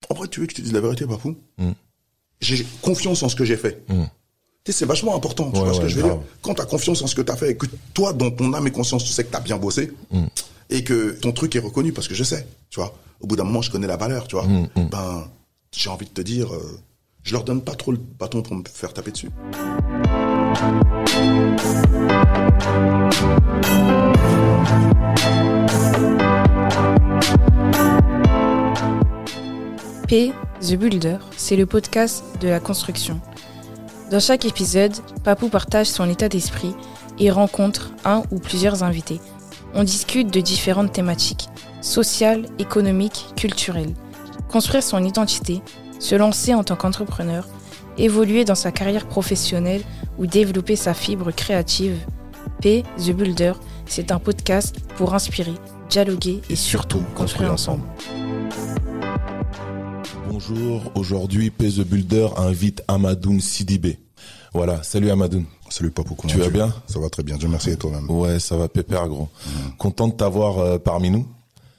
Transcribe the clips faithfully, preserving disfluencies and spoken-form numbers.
en vrai, tu veux que je te dise la vérité, Papou? Mm. J'ai confiance en ce que j'ai fait. Mm. Tu sais, c'est vachement important, tu ouais, vois ce ouais, que je veux grave. dire? Quand t'as confiance en ce que t'as fait et que toi, dans ton âme et conscience, tu sais que t'as bien bossé, mm. et que ton truc est reconnu parce que je sais, tu vois. Au bout d'un moment, je connais la valeur, tu vois. Mm. Ben, j'ai envie de te dire, euh, je leur donne pas trop le bâton pour me faire taper dessus. P, The Builder, c'est le podcast de la construction. Dans chaque épisode, Papou partage son état d'esprit et rencontre un ou plusieurs invités. On discute de différentes thématiques, sociales, économiques, culturelles. Construire son identité, se lancer en tant qu'entrepreneur, évoluer dans sa carrière professionnelle ou développer sa fibre créative. P, The Builder, c'est un podcast pour inspirer, dialoguer et surtout construire ensemble. Bonjour, aujourd'hui P The Builder invite Amadoun Sidibé. Voilà, salut Amadoun. Salut Papou, comment tu vas bien? Ça va très bien, Dieu merci, et toi-même? Ouais, ça va pépère gros. Mmh. Content de t'avoir euh, parmi nous.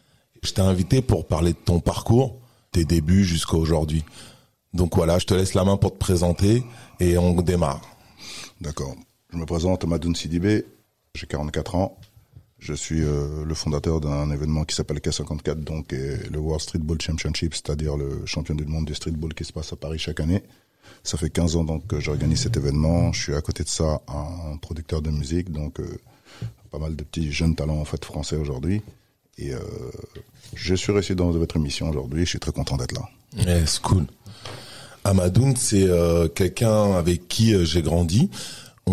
Je t'ai invité pour parler de ton parcours, tes débuts jusqu'à aujourd'hui. Donc voilà, je te laisse la main pour te présenter et on démarre. D'accord. Je me présente Amadoun Sidibé, j'ai quarante-quatre ans. Je suis euh, le fondateur d'un événement qui s'appelle K cinquante-quatre, donc euh, le World Streetball Championship, c'est-à-dire le champion du monde du streetball qui se passe à Paris chaque année. Ça fait quinze ans donc que j'organise cet événement. Je suis à côté de ça un producteur de musique, donc euh, pas mal de petits jeunes talents en fait français aujourd'hui. Et euh, je suis résident de votre émission aujourd'hui. Je suis très content d'être là. Yeah, c'est cool. Amadoun, c'est euh, quelqu'un avec qui euh, j'ai grandi. On,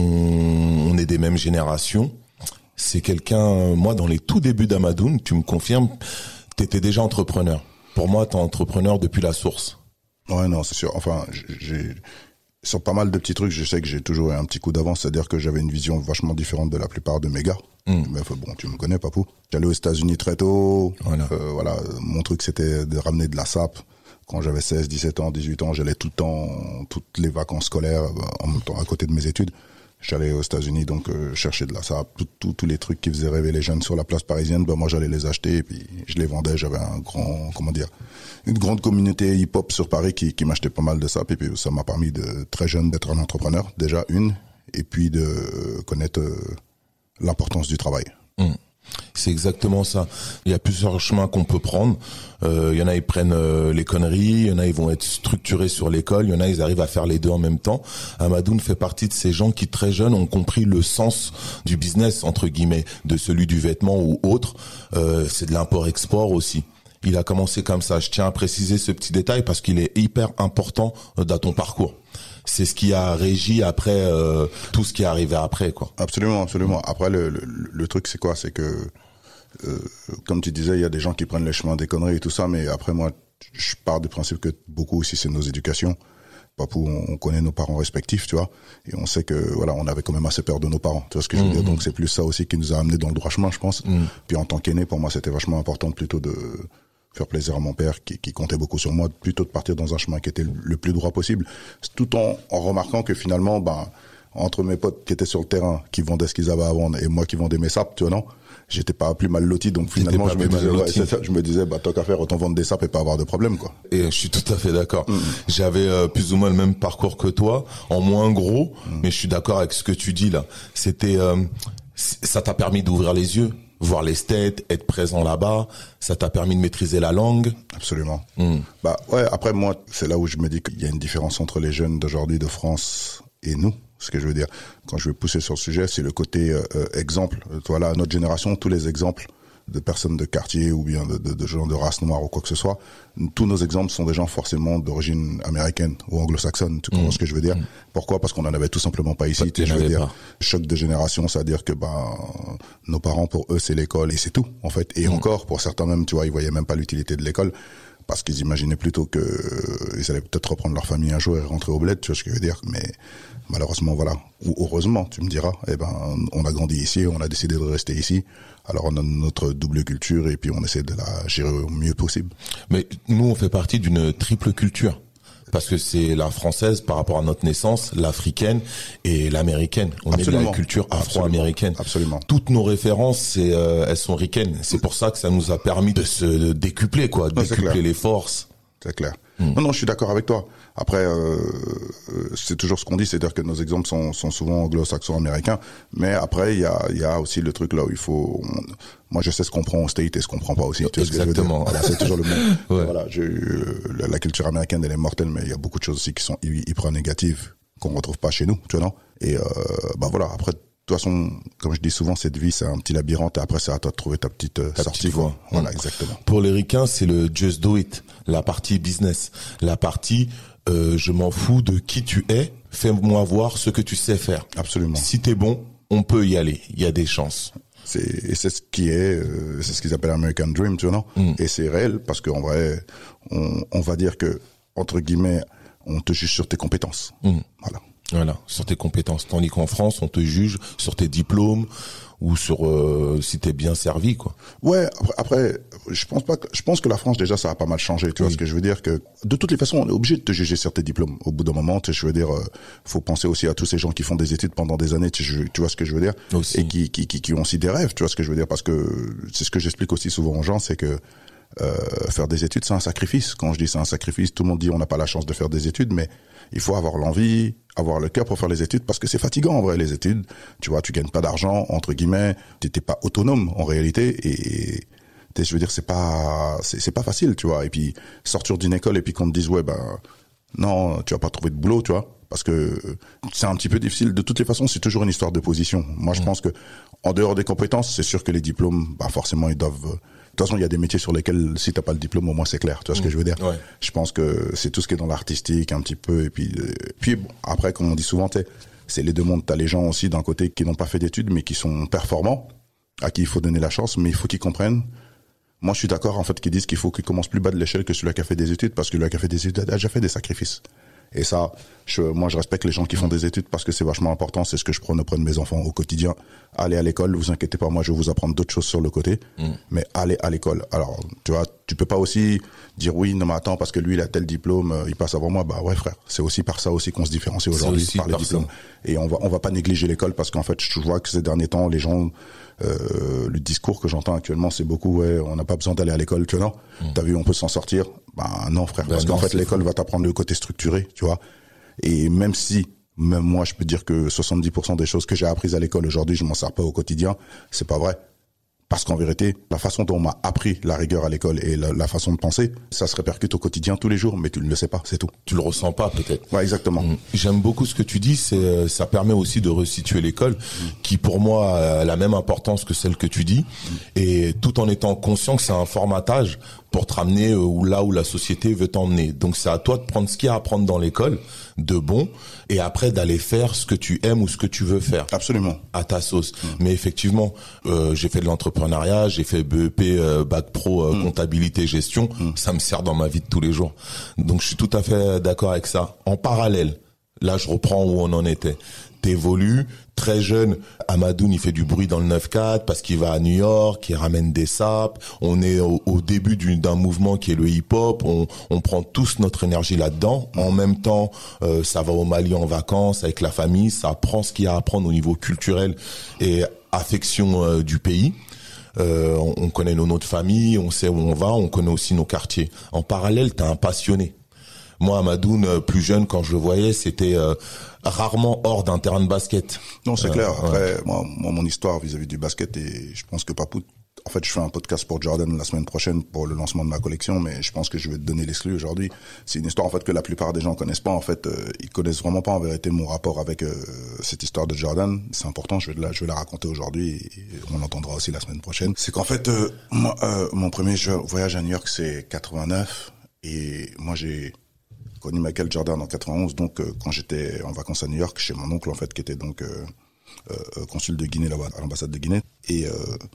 on est des mêmes générations. C'est quelqu'un, moi, dans les tout débuts d'Amadoun, tu me confirmes, t'étais déjà entrepreneur. Pour moi, t'es entrepreneur depuis la source. Ouais, non, c'est sûr. Enfin, j'ai, sur pas mal de petits trucs, je sais que j'ai toujours eu un petit coup d'avance, c'est-à-dire que j'avais une vision vachement différente de la plupart de mes gars. Mm. Mais bon, tu me connais, Papou. J'allais aux États-Unis très tôt. Voilà. Euh, voilà. Mon truc, c'était de ramener de la sape. Quand j'avais seize, dix-sept ans, dix-huit ans, j'allais tout le temps, toutes les vacances scolaires, en même temps, à côté de mes études. J'allais aux États-Unis, donc euh, chercher de la sape, tous les trucs qui faisaient rêver les jeunes sur la place parisienne, ben moi j'allais les acheter et puis je les vendais. J'avais un grand, comment dire, une grande communauté hip-hop sur Paris qui, qui m'achetait pas mal de sape et puis ça m'a permis de très jeune d'être un entrepreneur, déjà une, et puis de euh, connaître euh, l'importance du travail. Mmh. C'est exactement ça. Il y a plusieurs chemins qu'on peut prendre. Euh, il y en a, ils prennent euh, les conneries. Il y en a, ils vont être structurés sur l'école. Il y en a, ils arrivent à faire les deux en même temps. Amadoun fait partie de ces gens qui, très jeunes, ont compris le sens du business, entre guillemets, de celui du vêtement ou autre. Euh, c'est de l'import-export aussi. Il a commencé comme ça. Je tiens à préciser ce petit détail parce qu'il est hyper important dans ton parcours. C'est ce qui a régi après euh, tout ce qui est arrivé après, quoi. Absolument, absolument. Après, le, le, le truc, c'est quoi? C'est que, euh, comme tu disais, il y a des gens qui prennent les chemins des conneries et tout ça, mais après, moi, je pars du principe que beaucoup aussi, c'est nos éducations. Papou, on connaît nos parents respectifs, tu vois, et on sait que, voilà, on avait quand même assez peur de nos parents. Tu vois ce que je veux mmh, dire? Donc, c'est plus ça aussi qui nous a amenés dans le droit chemin, je pense. Mmh. Puis, en tant qu'aîné, pour moi, c'était vachement important plutôt de faire plaisir à mon père qui, qui comptait beaucoup sur moi, plutôt de partir dans un chemin qui était le, le plus droit possible, tout en, en remarquant que finalement, ben, entre mes potes qui étaient sur le terrain, qui vendaient ce qu'ils avaient à vendre, et moi qui vendais mes sapes, tu vois, non, j'étais pas plus mal loti, donc finalement, je me, disais, ouais, c'est ça, je me disais, bah, tant qu'à faire, autant vendre des sapes et pas avoir de problème, quoi. Et je suis tout à fait d'accord. Mmh. J'avais euh, plus ou moins le même parcours que toi, en moins gros, mmh. mais je suis d'accord avec ce que tu dis là. C'était, euh, ça t'a permis d'ouvrir les yeux, voir les States, être présent là-bas, ça t'a permis de maîtriser la langue. Absolument. Mm. Bah ouais, après moi, c'est là où je me dis qu'il y a une différence entre les jeunes d'aujourd'hui de France et nous. Ce que je veux dire, quand je vais pousser sur le sujet, c'est le côté euh, exemple. Voilà, notre génération, tous les exemples de personnes de quartier ou bien de, de, de gens de race noire ou quoi que ce soit, tous nos exemples sont des gens forcément d'origine américaine ou anglo-saxonne. Tu comprends mmh. ce que je veux dire? Mmh. Pourquoi? Parce qu'on en avait tout simplement pas ici. Pas, tu, je veux dire, pas. Choc de génération, c'est-à-dire que ben nos parents, pour eux, c'est l'école et c'est tout en fait. Et mmh. encore, pour certains même, tu vois, ils voyaient même pas l'utilité de l'école parce qu'ils imaginaient plutôt que euh, ils allaient peut-être reprendre leur famille un jour et rentrer au bled. Tu vois ce que je veux dire? Mais malheureusement, voilà, ou heureusement, tu me diras, eh ben, on a grandi ici, on a décidé de rester ici. Alors on a notre double culture et puis on essaie de la gérer au mieux possible. Mais nous, on fait partie d'une triple culture. Parce que c'est la française par rapport à notre naissance, l'africaine et l'américaine. On Absolument. est de la culture afro-américaine. Absolument. Toutes nos références, c'est, euh, elles sont ricaines. C'est pour ça que ça nous a permis de se décupler, quoi, de non, décupler les forces. C'est clair. Mmh. Non, non, je suis d'accord avec toi. Après, euh, c'est toujours ce qu'on dit, c'est-à-dire que nos exemples sont, sont souvent anglo-saxons américains, mais après, il y a, il y a aussi le truc là où il faut... On, moi, je sais ce qu'on prend au State et ce qu'on prend pas aussi. Tu vois Exactement. Ce que je veux dire. Voilà, c'est toujours le même. Ouais. Voilà, j'ai, la, la culture américaine, elle est mortelle, mais il y a beaucoup de choses aussi qui sont hyper négatives qu'on retrouve pas chez nous, tu vois, non? Et euh, bah voilà, après... De toute façon, comme je dis souvent, cette vie, c'est un petit labyrinthe et après, c'est à toi de trouver ta petite euh, ta sortie. Petite voie. Voilà, mmh. exactement. Pour les ricains, c'est le just do it, la partie business. La partie, euh, je m'en fous de qui tu es, fais-moi voir ce que tu sais faire. Absolument. Si t'es bon, on peut y aller, il y a des chances. C'est, et c'est ce qui est, euh, c'est ce qu'ils appellent American Dream, tu vois, non? Mmh. Et c'est réel parce qu'en vrai, on, on va dire que, entre guillemets, on te juge sur tes compétences. Mmh. Voilà. Voilà, sur tes compétences. Tandis qu'en France, on te juge sur tes diplômes ou sur euh, si t'es bien servi, quoi. Ouais. Après, après, je pense pas. Que, je pense que la France déjà, ça a pas mal changé. Tu oui. vois ce que je veux dire, que de toutes les façons, on est obligé de te juger sur tes diplômes. Au bout d'un moment, tu, je veux dire, euh, faut penser aussi à tous ces gens qui font des études pendant des années. Tu, tu vois ce que je veux dire, aussi. Et qui, qui qui qui ont aussi des rêves. Tu vois ce que je veux dire, parce que c'est ce que j'explique aussi souvent aux gens, c'est que euh, faire des études, c'est un sacrifice. Quand je dis c'est un sacrifice, tout le monde dit on n'a pas la chance de faire des études, mais il faut avoir l'envie, avoir le cœur pour faire les études, parce que c'est fatigant en vrai les études. Tu vois, tu gagnes pas d'argent entre guillemets, t'es pas autonome en réalité, et je veux dire c'est pas c'est, c'est pas facile, tu vois. Et puis sortir d'une école et puis qu'on te dise ouais ben non tu vas pas trouver de boulot, tu vois, parce que c'est un petit peu difficile. De toutes les façons, c'est toujours une histoire de position. Moi, je mmh. pense que en dehors des compétences, c'est sûr que les diplômes, bah forcément ils doivent. De toute façon, il y a des métiers sur lesquels, si t'as pas le diplôme, au moins c'est clair. Tu vois mmh. ce que je veux dire? Ouais. Je pense que c'est tout ce qui est dans l'artistique, un petit peu. Et puis, euh, puis bon, après, comme on dit souvent, c'est les deux mondes. T'as les gens aussi d'un côté qui n'ont pas fait d'études, mais qui sont performants, à qui il faut donner la chance, mais il faut qu'ils comprennent. Moi, je suis d'accord, en fait, qu'ils disent qu'il faut qu'ils commencent plus bas de l'échelle que celui qui a fait des études, parce que celui qui a fait des études a déjà fait des sacrifices. Et ça, je, moi, je respecte les gens qui font des études parce que c'est vachement important. C'est ce que je prône auprès de mes enfants au quotidien. Allez à l'école, vous inquiétez pas, moi, je vais vous apprendre d'autres choses sur le côté. Mm. Mais allez à l'école. Alors, tu vois, tu peux pas aussi dire oui, non, mais attends, parce que lui, il a tel diplôme, il passe avant moi. Bah ouais, frère. C'est aussi par ça aussi qu'on se différencie aujourd'hui, par les diplômes. Et on va, on va pas négliger l'école parce qu'en fait, je vois que ces derniers temps, les gens, euh, le discours que j'entends actuellement, c'est beaucoup, ouais, on n'a pas besoin d'aller à l'école, tu vois, non? Mm. T'as vu, on peut s'en sortir. Bah non, frère. Bah parce non, qu'en fait, l'école fou. va t'apprendre le côté structuré, tu vois. Et même si, même moi, je peux dire que soixante-dix pour cent des choses que j'ai apprises à l'école aujourd'hui, je m'en sers pas au quotidien, c'est pas vrai. Parce qu'en vérité, la façon dont on m'a appris la rigueur à l'école et la, la façon de penser, ça se répercute au quotidien tous les jours, mais tu ne le sais pas, c'est tout. Tu le ressens pas, peut-être. Ouais, exactement. Mmh. J'aime beaucoup ce que tu dis, c'est, ça permet aussi de resituer l'école, mmh. qui pour moi a la même importance que celle que tu dis, mmh. et tout en étant conscient que c'est un formatage pour te ramener euh, là où la société veut t'emmener. Donc c'est à toi de prendre ce qu'il y a à prendre dans l'école, de bon, et après d'aller faire ce que tu aimes ou ce que tu veux faire. Absolument. À ta sauce. Mmh. Mais effectivement, euh, j'ai fait de l'entrepreneuriat, j'ai fait B E P, euh, bac pro, euh, mmh. comptabilité, gestion. Mmh. Ça me sert dans ma vie de tous les jours. Donc je suis tout à fait d'accord avec ça. En parallèle, là je reprends où on en était. T'évolues, très jeune, Amadoun il fait du bruit dans le neuf quatre parce qu'il va à New York, il ramène des sapes, on est au, au début d'une, d'un mouvement qui est le hip-hop, on, on prend tous notre énergie là-dedans, en même temps euh, ça va au Mali en vacances avec la famille, ça apprend ce qu'il y a à apprendre au niveau culturel et affection euh, du pays. Euh, on, on connaît nos noms de famille, on sait où on va, on connaît aussi nos quartiers. En parallèle, t'es un passionné. Moi, Amadoun, plus jeune, quand je le voyais, c'était euh, rarement hors d'un terrain de basket. Non, c'est euh, clair. Après, ouais. moi, moi, mon histoire vis-à-vis du basket, et je pense que Papou, en fait, je fais un podcast pour Jordan la semaine prochaine pour le lancement de ma collection, mais je pense que je vais te donner l'exclu aujourd'hui. C'est une histoire, en fait, que la plupart des gens connaissent pas. En fait, euh, ils connaissent vraiment pas, en vérité, mon rapport avec euh, cette histoire de Jordan. C'est important, je vais la, je vais la raconter aujourd'hui et on l'entendra aussi la semaine prochaine. C'est qu'en fait, euh, moi, euh, mon premier voyage à New York, c'est quatre-vingt-neuf, et moi, j'ai connu Michael Jordan en quatre-vingt-onze, donc euh, quand j'étais en vacances à New York chez mon oncle en fait qui était donc euh, euh, consul de Guinée là-bas à l'ambassade de Guinée, et euh,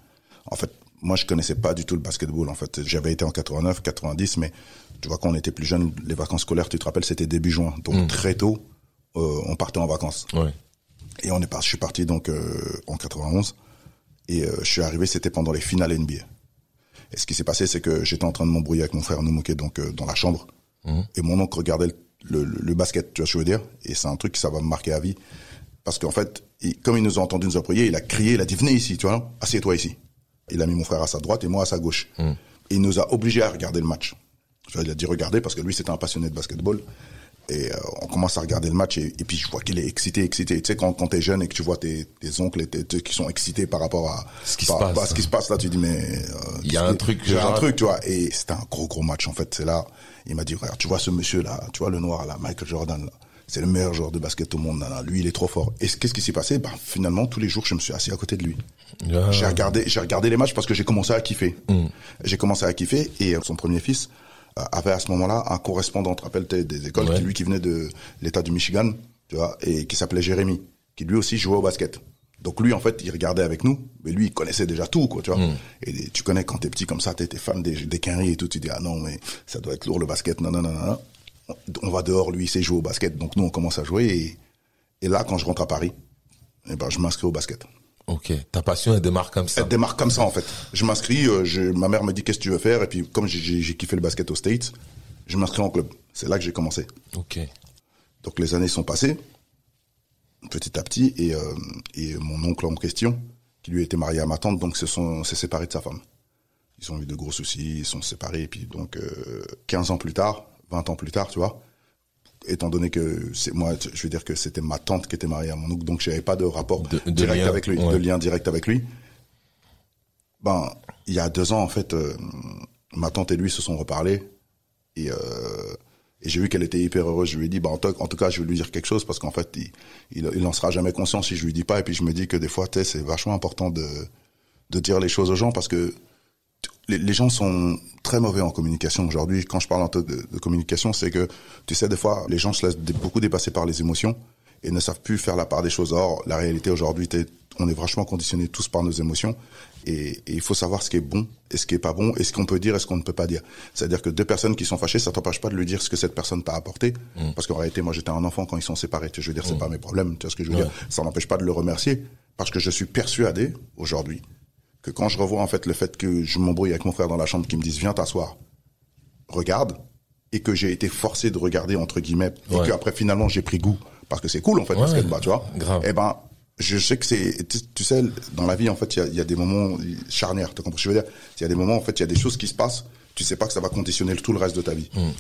en fait moi je connaissais pas du tout le basketball en fait. J'avais été en quatre-vingt-neuf, quatre-vingt-dix, mais tu vois quand on était plus jeune, les vacances scolaires, tu te rappelles, c'était début juin, donc mmh. très tôt euh, on partait en vacances. Ouais. Et on est parti, je suis parti donc euh, en quatre-vingt-onze et euh, je suis arrivé, c'était pendant les finales N B A. Et ce qui s'est passé, c'est que j'étais en train de m'embrouiller avec mon frère Noumouké donc euh, dans la chambre. Mmh. Et mon oncle regardait le, le, le basket, tu vois ce que je veux dire. Et c'est un truc qui ça va me marquer à vie. Parce qu'en fait, il, comme il nous a entendu nous appuyer, il a crié, il a dit venez ici, tu vois, assieds-toi ici. Il a mis mon frère à sa droite et moi à sa gauche. Mmh. Et il nous a obligés à regarder le match. Tu vois, il a dit regarder parce que lui, c'était un passionné de basketball. Et euh, on commence à regarder le match et, et puis je vois qu'il est excité, excité. Tu sais, quand, quand t'es jeune et que tu vois tes, tes oncles et tes, tes, qui sont excités par rapport à ce qui par, se passe, par, ce qui se passe là, tu dis mais euh, il y a un truc, il y a un truc, tu vois. Et c'était un gros gros match en fait. C'est là, il m'a dit regarde, tu vois ce monsieur là, tu vois le noir là, Michael Jordan là, c'est le meilleur joueur de basket au monde. Là, là. Lui, il est trop fort. Et qu'est-ce qui s'est passé? Ben finalement, tous les jours, je me suis assis à côté de lui. Ah. J'ai regardé, j'ai regardé les matchs parce que j'ai commencé à kiffer. Mm. J'ai commencé à kiffer et son premier fils avait à ce moment-là un correspondant, tu te rappelles, des écoles, ouais. qui lui qui venait de l'État du Michigan, tu vois, et qui s'appelait Jérémy, qui lui aussi jouait au basket. Donc lui, en fait, il regardait avec nous, mais lui, il connaissait déjà tout, quoi, tu vois. Mm. Et tu connais quand t'es petit comme ça, t'es, t'es fan des, des quinries et tout, tu dis, ah non, mais ça doit être lourd le basket, non, non, non, non. On va dehors, lui, il sait jouer au basket. Donc nous, on commence à jouer et, et là, quand je rentre à Paris, eh ben, je m'inscris au basket. Ok, ta passion, elle démarre comme ça. Elle démarre comme ça, en fait. Je m'inscris, euh, je, ma mère me dit qu'est-ce que tu veux faire, et puis comme j'ai, j'ai, j'ai kiffé le basket aux States, je m'inscris en club. C'est là que j'ai commencé. Ok. Donc les années sont passées, petit à petit, et, euh, et mon oncle en question, qui lui était marié à ma tante, donc se sont, s'est séparé de sa femme. Ils ont eu de gros soucis, ils sont séparés, et puis donc euh, quinze ans plus tard, vingt ans plus tard, tu vois, étant donné que c'est moi, je veux dire que c'était ma tante qui était mariée à mon oncle, donc j'avais pas de rapport de, de direct lien, avec lui, ouais. de lien direct avec lui. Ben, il y a deux ans, en fait, euh, ma tante et lui se sont reparlés et, euh, et j'ai vu qu'elle était hyper heureuse. Je lui ai dit, ben, en, en tout cas, je vais lui dire quelque chose parce qu'en fait, il, il, il en sera jamais conscient si je lui dis pas. Et puis je me dis que des fois, tu sais, c'est vachement important de, de dire les choses aux gens parce que Les, les gens sont très mauvais en communication aujourd'hui. Quand je parle de, de, de communication, c'est que, tu sais, des fois, les gens se laissent dé, beaucoup dépasser par les émotions et ne savent plus faire la part des choses. Or, la réalité aujourd'hui, on est vachement conditionnés tous par nos émotions et, et il faut savoir ce qui est bon et ce qui est pas bon et ce qu'on peut dire et ce qu'on ne peut pas dire. C'est-à-dire que deux personnes qui sont fâchées, ça t'empêche pas de lui dire ce que cette personne t'a apporté. Mmh. Parce qu'en réalité, moi, j'étais un enfant quand ils sont séparés. Tu sais, je veux dire, c'est mmh. pas mes problèmes. Tu vois ce que je veux ouais. dire? Ça n'empêche pas de le remercier parce que je suis persuadé aujourd'hui que quand je revois en fait le fait que je m'embrouille avec mon frère dans la chambre qui me dise viens t'asseoir, regarde, et que j'ai été forcé de regarder entre guillemets, ouais. et qu'après finalement j'ai pris goût parce que c'est cool en fait, ouais, parce que bah tu vois, grave. Et ben je sais que c'est, tu, tu sais, dans la vie en fait il y a, y a des moments charnières, tu comprends ce que je veux dire? Il y a des moments en fait il y a des choses qui se passent, tu sais pas que ça va conditionner tout le reste de ta vie. Mm.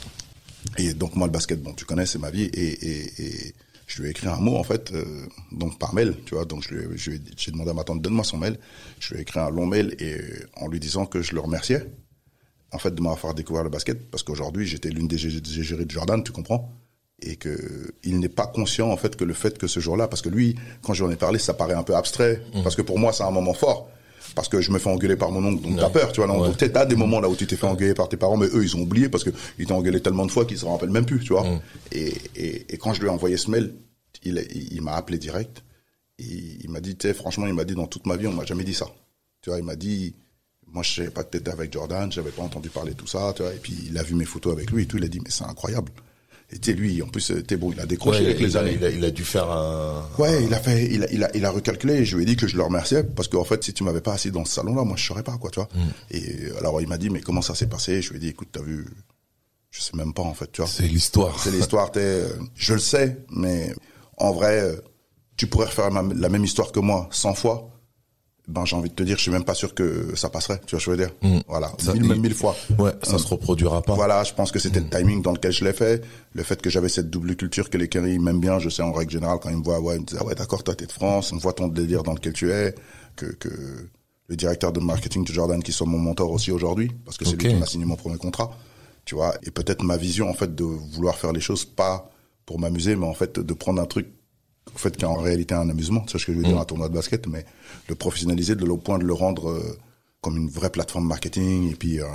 Et donc moi le basket, bon tu connais, c'est ma vie et et, et je lui ai écrit un mot en fait, euh, donc par mail, tu vois. Donc je lui, ai, je lui ai, j'ai demandé à ma tante donne-moi son mail. Je lui ai écrit un long mail et en lui disant que je le remerciais, en fait, de m'avoir fait découvrir le basket, parce qu'aujourd'hui j'étais l'une des égéries de Jordan, tu comprends, et que il n'est pas conscient en fait que le fait que ce jour-là, parce que lui, quand je lui en ai parlé, ça paraît un peu abstrait, mmh. parce que pour moi c'est un moment fort. Parce que je me fais engueuler par mon oncle, donc ouais. t'as peur, tu vois. Donc ouais. t'as des moments là où tu t'es fait engueuler par tes parents, mais eux ils ont oublié parce que ils t'ont engueulé tellement de fois qu'ils se rappellent même plus, tu vois. Mmh. Et, et, et quand je lui ai envoyé ce mail, il, il, il m'a appelé direct. Et il m'a dit, tu sais, franchement, il m'a dit dans toute ma vie, on m'a jamais dit ça. Tu vois, il m'a dit, moi je savais pas que t'étais avec Jordan, j'avais pas entendu parler de tout ça, tu vois. Et puis il a vu mes photos avec lui et tout, il a dit, mais c'est incroyable. Et tu sais, lui, en plus, t'es bon, il a décroché ouais, avec il les a, années. Il a, il a dû faire un... Ouais, il a fait, il a, il a, il a recalculé et je lui ai dit que je le remerciais parce qu'en fait, si tu m'avais pas assis dans ce salon-là, moi, je saurais pas, quoi, tu vois. Mm. Et alors, il m'a dit, mais comment ça s'est passé? Je lui ai dit, écoute, t'as vu, je sais même pas, en fait, tu vois. C'est l'histoire. C'est l'histoire, t'es, je le sais, mais en vrai, tu pourrais refaire la même histoire que moi cent fois. Ben, j'ai envie de te dire, je suis même pas sûr que ça passerait, tu vois ce que je veux dire. Mmh. Voilà, ça, mille, il... même mille fois. Ouais, ça euh, se reproduira pas. Voilà, je pense que c'était mmh. le timing dans lequel je l'ai fait, le fait que j'avais cette double culture que les Kerry m'aiment bien, je sais en règle générale quand ils me voient, ouais, ils me disent, ah ouais, d'accord, toi t'es de France, on voit ton délire dans lequel tu es, que, que le directeur de marketing de Jordan qui soit mon mentor aussi aujourd'hui, parce que c'est okay. lui qui m'a signé mon premier contrat, tu vois, et peut-être ma vision, en fait, de vouloir faire les choses pas pour m'amuser, mais en fait, de prendre un truc en fait, qui est en réalité un amusement, c'est ce que je veux dire, mmh. un tournoi de basket, mais le professionnaliser de l'au point de le rendre euh, comme une vraie plateforme marketing et puis euh,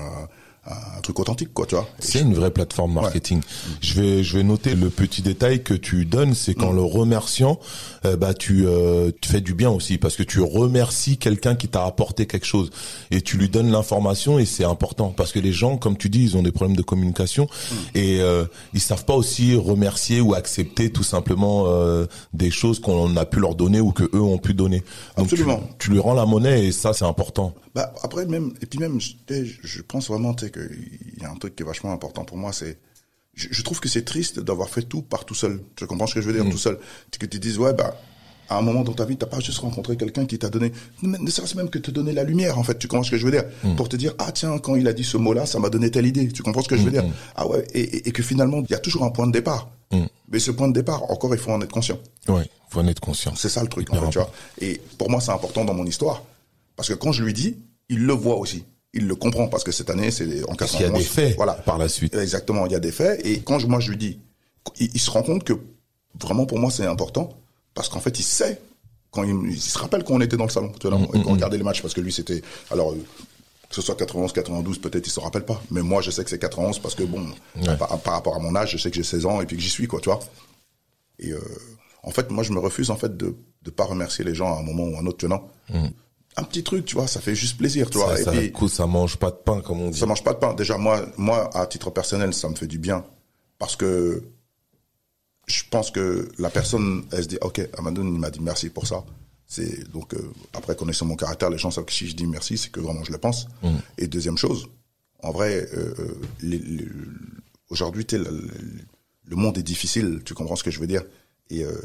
un truc authentique, quoi, tu vois. C'est une vraie plateforme marketing. Ouais. Je vais, je vais noter le petit détail que tu donnes, c'est qu'en mmh. le remerciant, euh, bah tu, euh, tu fais du bien aussi, parce que tu remercies quelqu'un qui t'a apporté quelque chose et tu lui donnes l'information et c'est important parce que les gens, comme tu dis, ils ont des problèmes de communication mmh. et euh, ils savent pas aussi remercier ou accepter tout simplement euh, des choses qu'on a pu leur donner ou que eux ont pu donner. Donc absolument. Tu, tu lui rends la monnaie et ça c'est important. Bah après même et puis même je, je pense vraiment tu sais que il y a un truc qui est vachement important pour moi, c'est je, je trouve que c'est triste d'avoir fait tout par tout seul. Tu comprends ce que je veux dire, mmh. tout seul. Que tu dises ouais bah à un moment dans ta vie, t'as pas juste rencontré quelqu'un qui t'a donné, ne serait-ce même que te donner la lumière, en fait. Tu comprends ce que je veux dire? Mm. Pour te dire, ah tiens, quand il a dit ce mot-là, ça m'a donné telle idée. Tu comprends ce que je veux mm. dire? Ah ouais, et, et, et que finalement, il y a toujours un point de départ. Mm. Mais ce point de départ, encore, il faut en être conscient. Oui, il faut en être conscient. C'est ça le truc, en fait, tu vois. Et pour moi, c'est important dans mon histoire. Parce que quand je lui dis, il le voit aussi. Il le comprend, parce que cette année, c'est en quatre-vingt-onze. Parce qu'il y a des faits, voilà, par la suite. Exactement, il y a des faits. Et quand je, moi, je lui dis, il, il se rend compte que, vraiment, pour moi, c'est important. Parce qu'en fait, il sait, quand il, il se rappelle qu'on était dans le salon, tu vois, mmh, qu'on regardait les matchs, parce que lui, c'était, alors, que ce soit quatre-vingt-onze, quatre-vingt-douze, peut-être il se rappelle pas. Mais moi, je sais que c'est quatre-vingt-onze parce que bon, ouais. par, par rapport à mon âge, je sais que j'ai seize ans et puis que j'y suis, quoi, tu vois. Et, euh, en fait, moi, je me refuse, en fait, de, de pas remercier les gens à un moment ou à un autre, tu vois. Mmh. Un petit truc, tu vois, ça fait juste plaisir, tu vois. Ça, et ça, puis, coup, ça mange pas de pain, comme on dit. Ça mange pas de pain. Déjà, moi, moi, à titre personnel, ça me fait du bien. Parce que, je pense que la personne, elle se dit, ok, Amadoun, il m'a dit merci pour ça. C'est donc euh, après connaissant mon caractère, les gens savent que si je dis merci, c'est que vraiment je le pense. Mmh. Et deuxième chose, en vrai, euh, les, les, aujourd'hui, le, le, le monde est difficile. Tu comprends ce que je veux dire? Et euh,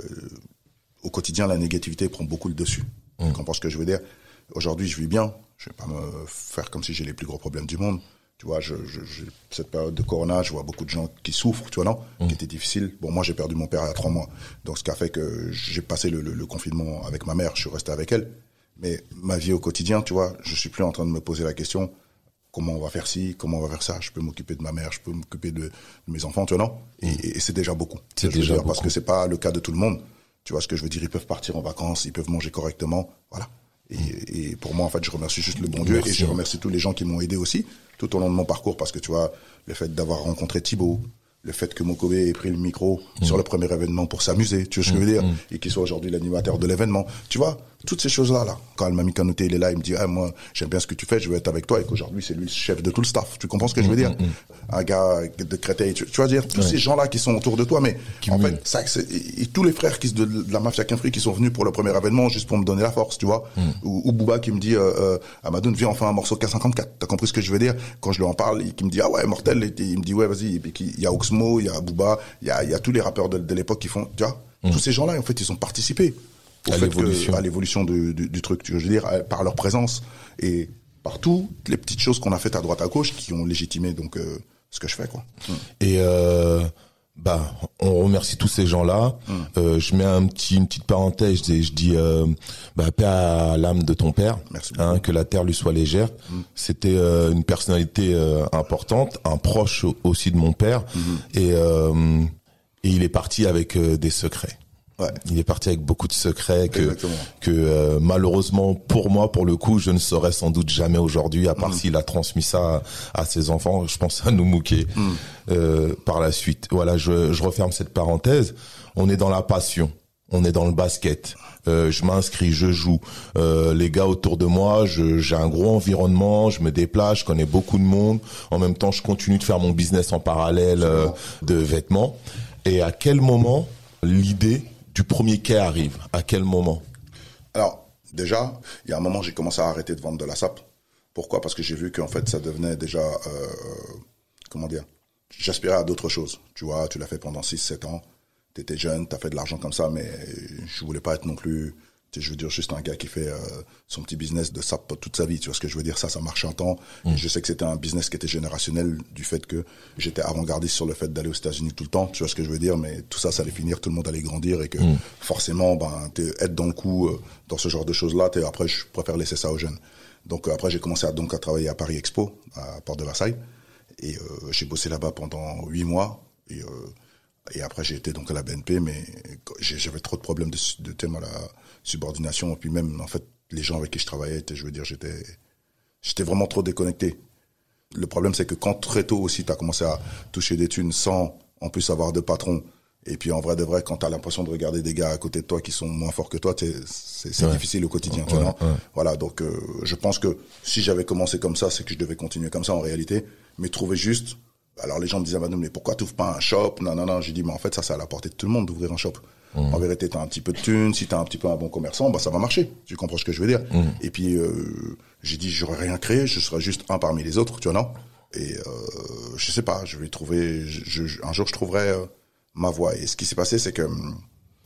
au quotidien, la négativité prend beaucoup le dessus. Mmh. Tu comprends ce que je veux dire? Aujourd'hui, je vis bien. Je vais pas me faire comme si j'ai les plus gros problèmes du monde. Tu vois, je, je, je, cette période de corona, je vois beaucoup de gens qui souffrent, tu vois, non, mmh. qui était difficile. Bon, moi, j'ai perdu mon père il y a trois mois. Donc, ce qui a fait que j'ai passé le, le, le confinement avec ma mère, je suis resté avec elle. Mais ma vie au quotidien, tu vois, je suis plus en train de me poser la question, comment on va faire ci, comment on va faire ça. Je peux m'occuper de ma mère, je peux m'occuper de, de mes enfants, tu vois, non. Et, mmh. et, et c'est déjà beaucoup. C'est déjà dire, beaucoup. Parce que c'est pas le cas de tout le monde. Tu vois ce que je veux dire? Ils peuvent partir en vacances, ils peuvent manger correctement, voilà. Et, et pour moi, en fait, je remercie juste le bon Dieu. Merci. Et je remercie tous les gens qui m'ont aidé aussi tout au long de mon parcours, parce que tu vois, le fait d'avoir rencontré Thibaut, le fait que Mokobe ait pris le micro mmh. sur le premier événement pour s'amuser, tu vois ce que je veux dire, mmh. et qu'il soit aujourd'hui l'animateur de l'événement, tu vois, toutes ces choses-là, là. Quand Almami Kanouté, il est là, il me dit, ah, moi, j'aime bien ce que tu fais, je veux être avec toi, et qu'aujourd'hui, c'est lui le chef de tout le staff. Tu comprends ce que je veux dire? Mmh. Un gars de Créteil, tu, tu vas dire, tous ouais. ces gens-là qui sont autour de toi, mais qui en fait, ça, c'est, et, et tous les frères qui, de, de la Mafia Kinfry qui sont venus pour le premier événement juste pour me donner la force, tu vois. Mmh. Ou, ou Booba qui me dit, euh, euh, Amadoun, viens, on fait un morceau K cinquante-quatre. T'as compris ce que je veux dire? Quand je lui en parle, il, il me dit, ah ouais, mortel, et, il me dit, ouais, vas-y, et puis il y a Oxmo, il y a Booba, il y a, il y a tous les rappeurs de, de l'époque qui font, tu vois. Mmh. Tous ces gens-là, en fait, ils ont participé au à fait l'évolution, que, à l'évolution du, du, du truc, tu veux je veux dire, par leur présence et par toutes les petites choses qu'on a faites à droite à gauche qui ont légitimé donc euh, ce que je fais, quoi. Mmh. Et euh, bah, on remercie tous ces gens-là. Mmh. Euh, je mets un petit, une petite parenthèse et je dis, euh, bah, paix à l'âme de ton père. Merci hein, que la terre lui soit légère. Mmh. C'était euh, une personnalité euh, importante, un proche aussi de mon père, mmh. et, euh, et il est parti avec euh, des secrets. Ouais. Il est parti avec beaucoup de secrets que Exactement. que euh, malheureusement pour moi, pour le coup, je ne saurais sans doute jamais aujourd'hui, à part mmh. s'il a transmis ça à, à ses enfants. Je pense à nous mouquer mmh. euh, par la suite. Voilà, je, je referme cette parenthèse. On est dans la passion, on est dans le basket. Euh, je m'inscris, je joue. Euh, les gars autour de moi, je, j'ai un gros environnement, je me déplace, je connais beaucoup de monde. En même temps, je continue de faire mon business en parallèle euh, de vêtements. Et à quel moment l'idée du premier quai arrive? À quel moment? Alors, déjà, il y a un moment, j'ai commencé à arrêter de vendre de la sape. Pourquoi? Parce que j'ai vu qu'en fait, ça devenait déjà, euh, comment dire, j'aspirais à d'autres choses. Tu vois, tu l'as fait pendant six sept ans, t'étais jeune, t'as fait de l'argent comme ça, mais je voulais pas être non plus, tu sais, je veux dire, juste un gars qui fait euh, son petit business de sape toute sa vie. Tu vois ce que je veux dire? Ça, ça marche un temps. Mmh. Et je sais que c'était un business qui était générationnel du fait que j'étais avant-gardiste sur le fait d'aller aux États-Unis tout le temps. Tu vois ce que je veux dire? Mais tout ça, ça allait finir, tout le monde allait grandir et que mmh. forcément, ben, t'es, être dans le coup, euh, dans ce genre de choses-là, t'es, après, je préfère laisser ça aux jeunes. Donc, euh, après, j'ai commencé à, donc, à travailler à Paris Expo, à Porte de Versailles. Et, euh, j'ai bossé là-bas pendant huit mois. Et, euh, et après, j'ai été donc à la B N P, mais j'avais trop de problèmes de, de thème à la subordination. Et puis même, en fait, les gens avec qui je travaillais, je veux dire, j'étais, j'étais vraiment trop déconnecté. Le problème, c'est que quand très tôt aussi, tu as commencé à toucher des thunes sans, en plus, avoir de patron, et puis en vrai de vrai, quand tu as l'impression de regarder des gars à côté de toi qui sont moins forts que toi, c'est, c'est ouais. difficile au quotidien. Ouais, tu vois, ouais. Voilà, donc euh, je pense que si j'avais commencé comme ça, c'est que je devais continuer comme ça en réalité, mais trouver juste... Alors les gens me disaient, ah, mais pourquoi tu n'ouvres pas un shop? Non, non, non, j'ai dit, mais en fait, ça, c'est à la portée de tout le monde d'ouvrir un shop. Mmh. En vérité, tu as un petit peu de thunes, si tu as un petit peu un bon commerçant, bah ça va marcher. Tu comprends ce que je veux dire? Mmh. Et puis, euh, j'ai dit, j'aurais rien créé, je serais juste un parmi les autres, tu vois, non? Et euh, je sais pas, je vais trouver, je, je, un jour, je trouverai euh, ma voie. Et ce qui s'est passé, c'est que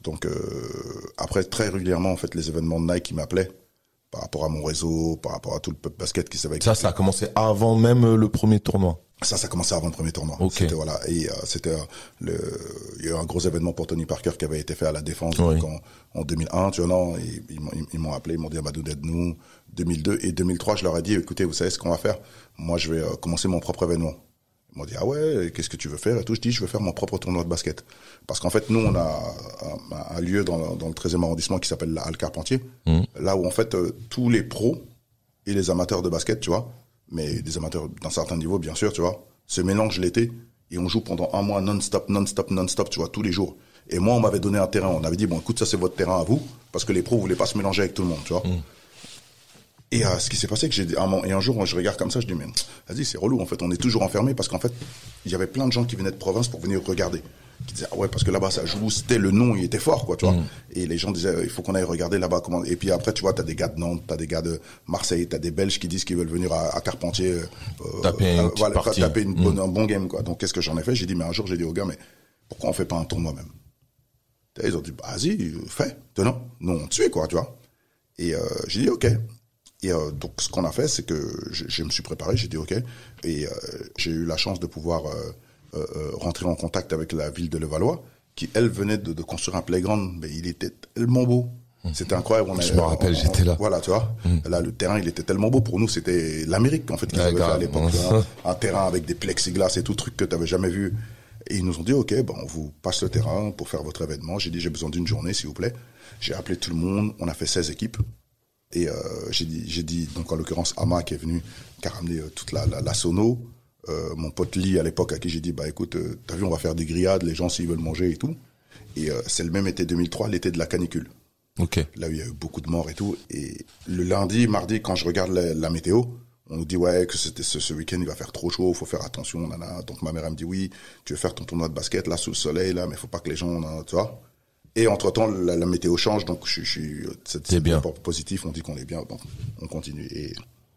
Donc, euh, après, très régulièrement, en fait, les événements de Nike qui m'appelaient par rapport à mon réseau, par rapport à tout le basket qui savait. Ça, ça a commencé avant même le premier tournoi. Ça, ça a commencé avant le premier tournoi. Okay. C'était, voilà. Et, euh, c'était, euh, le, il y a eu un gros événement pour Tony Parker qui avait été fait à la Défense, oui. donc en, en deux mille un, tu vois, non, et ils, ils, ils m'ont appelé, ils m'ont dit, Amadou, aide-nous. deux mille deux et deux mille trois, je leur ai dit, écoutez, vous savez ce qu'on va faire? Moi, je vais euh, commencer mon propre événement. Ils m'ont dit, ah ouais, qu'est-ce que tu veux faire? Et tout, je dis, je veux faire mon propre tournoi de basket. Parce qu'en fait, nous, on a un, un lieu dans, dans le treizième arrondissement qui s'appelle la Halle Carpentier. Mmh. Là où, en fait, euh, tous les pros et les amateurs de basket, tu vois, mais des amateurs d'un certain niveau, bien sûr, tu vois, se mélangent l'été et on joue pendant un mois non-stop, non-stop, non-stop, tu vois, tous les jours. Et moi, on m'avait donné un terrain. On avait dit, bon, écoute, ça, c'est votre terrain à vous, parce que les pros voulaient pas se mélanger avec tout le monde, tu vois. Mmh. Et euh, ce qui s'est passé, que j'ai un, et un jour, moi, je regarde comme ça, je dis, mais vas-y, c'est relou, en fait, on est toujours enfermés, parce qu'en fait, il y avait plein de gens qui venaient de province pour venir regarder. Qui disaient, ah ouais, parce que là-bas, ça joue, c'était le nom, il était fort, quoi, tu vois. Mmh. Et les gens disaient, il faut qu'on aille regarder là-bas comment. Et puis après, tu vois, t'as des gars de Nantes, t'as des gars de Marseille, t'as des Belges qui disent qu'ils veulent venir à, à Carpentier, euh, taper, une, euh, voilà, taper une bonne, mmh. un bon game, quoi. Donc, qu'est-ce que j'en ai fait? J'ai dit, mais un jour, j'ai dit aux gars, mais pourquoi on fait pas un tournoi même? Et ils ont dit, bah, vas-y, fais, tenons, nous, on te suit, quoi, tu vois. Et euh, j'ai dit, ok. Et euh, donc, ce qu'on a fait, c'est que je, je me suis préparé, j'ai dit OK, et euh, j'ai eu la chance de pouvoir euh, euh, rentrer en contact avec la ville de Levallois, qui, elle, venait de, de construire un playground, mais il était tellement beau. Mmh. C'était incroyable. On je avait, me rappelle, on, on, j'étais là. Voilà, tu vois. Mmh. Là, le terrain, il était tellement beau. Pour nous, c'était l'Amérique, en fait, qu'ils avaient fait à l'époque. Un, un terrain avec des plexiglas et tout, truc que tu n'avais jamais vu. Et ils nous ont dit, OK, bon, on vous passe le terrain pour faire votre événement. J'ai dit, j'ai besoin d'une journée, s'il vous plaît. J'ai appelé tout le monde. On a fait seize équipes. Et euh, j'ai dit, j'ai dit, donc en l'occurrence, Ama qui est venu, qui a ramené euh, toute la, la, la sono. Euh, mon pote Lee à l'époque à qui j'ai dit, bah écoute, euh, t'as vu, on va faire des grillades, les gens s'ils veulent manger et tout. Et euh, c'est le même été deux mille trois, l'été de la canicule. Ok. Là où il y a eu beaucoup de morts et tout. Et le lundi, mardi, quand je regarde la, la météo, on nous dit ouais que c'était ce, ce week-end il va faire trop chaud, faut faire attention, nana. Donc ma mère elle me dit oui, tu veux faire ton tournoi de basket là sous le soleil là, mais faut pas que les gens, tu vois. Et entre temps la, la météo change, donc je, je suis c'est, c'est bien positif, on dit qu'on est bien, bon, on continue. Et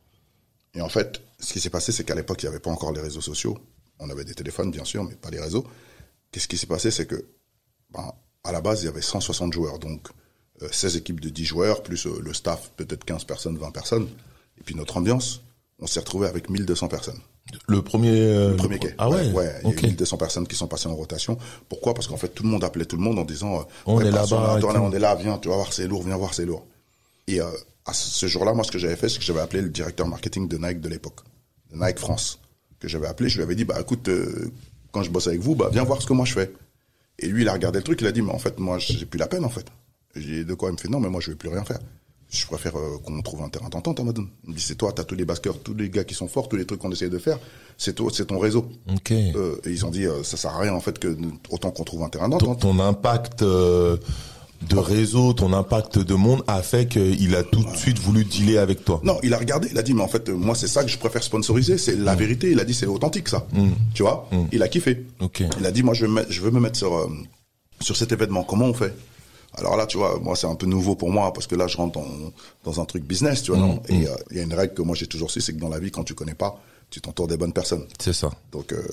et en fait, ce qui s'est passé, c'est qu'à l'époque il y avait pas encore les réseaux sociaux, on avait des téléphones bien sûr, mais pas les réseaux. Qu'est-ce qui s'est passé, c'est que ben, à la base il y avait cent soixante joueurs, donc euh, seize équipes de dix joueurs plus euh, le staff peut-être quinze personnes, vingt personnes, et puis notre ambiance. On s'est retrouvé avec mille deux cents personnes. Le premier, euh, le premier quai. Ah ouais. Ouais, il okay. y a eu mille deux cents personnes qui sont passées en rotation. Pourquoi? Parce qu'en fait, tout le monde appelait tout le monde en disant, on ouais, est là-bas, on, on est là, viens, tu vas voir, c'est lourd, viens voir, c'est lourd. Et, euh, à ce jour-là, moi, ce que j'avais fait, c'est que j'avais appelé le directeur marketing de Nike de l'époque, de Nike France, que j'avais appelé, je lui avais dit, bah, écoute, euh, quand je bosse avec vous, bah, viens voir ce que moi je fais. Et lui, il a regardé le truc, il a dit, mais en fait, moi, j'ai plus la peine, en fait. J'ai dit, de quoi? Il me fait, non, mais moi, je vais plus rien faire. Je préfère euh, qu'on trouve un terrain d'entente, Amadoun. Il me dit, c'est toi, t'as tous les baskeurs, tous les gars qui sont forts, tous les trucs qu'on essaie de faire, c'est toi, c'est ton réseau. Ok. Euh, et ils ont dit, euh, ça sert à rien, en fait, que autant qu'on trouve un terrain d'entente. Ton, ton impact euh, de réseau, ton impact de monde a fait qu'il a tout de suite voulu dealer avec toi. Non, il a regardé, il a dit, mais en fait, euh, moi, c'est ça que je préfère sponsoriser, c'est la mmh. vérité. Il a dit, c'est authentique, ça. Mmh. Tu vois? Mmh. Il a kiffé. Okay. Il a dit, moi, je veux, me, je veux me mettre sur, euh, sur cet événement. Comment on fait? Alors là, tu vois, moi, c'est un peu nouveau pour moi, parce que là, je rentre dans, dans un truc business, tu vois, mmh, non? Et il mmh. euh, y a une règle que moi, j'ai toujours su, c'est que dans la vie, quand tu connais pas, tu t'entoures des bonnes personnes. C'est ça. Donc, euh,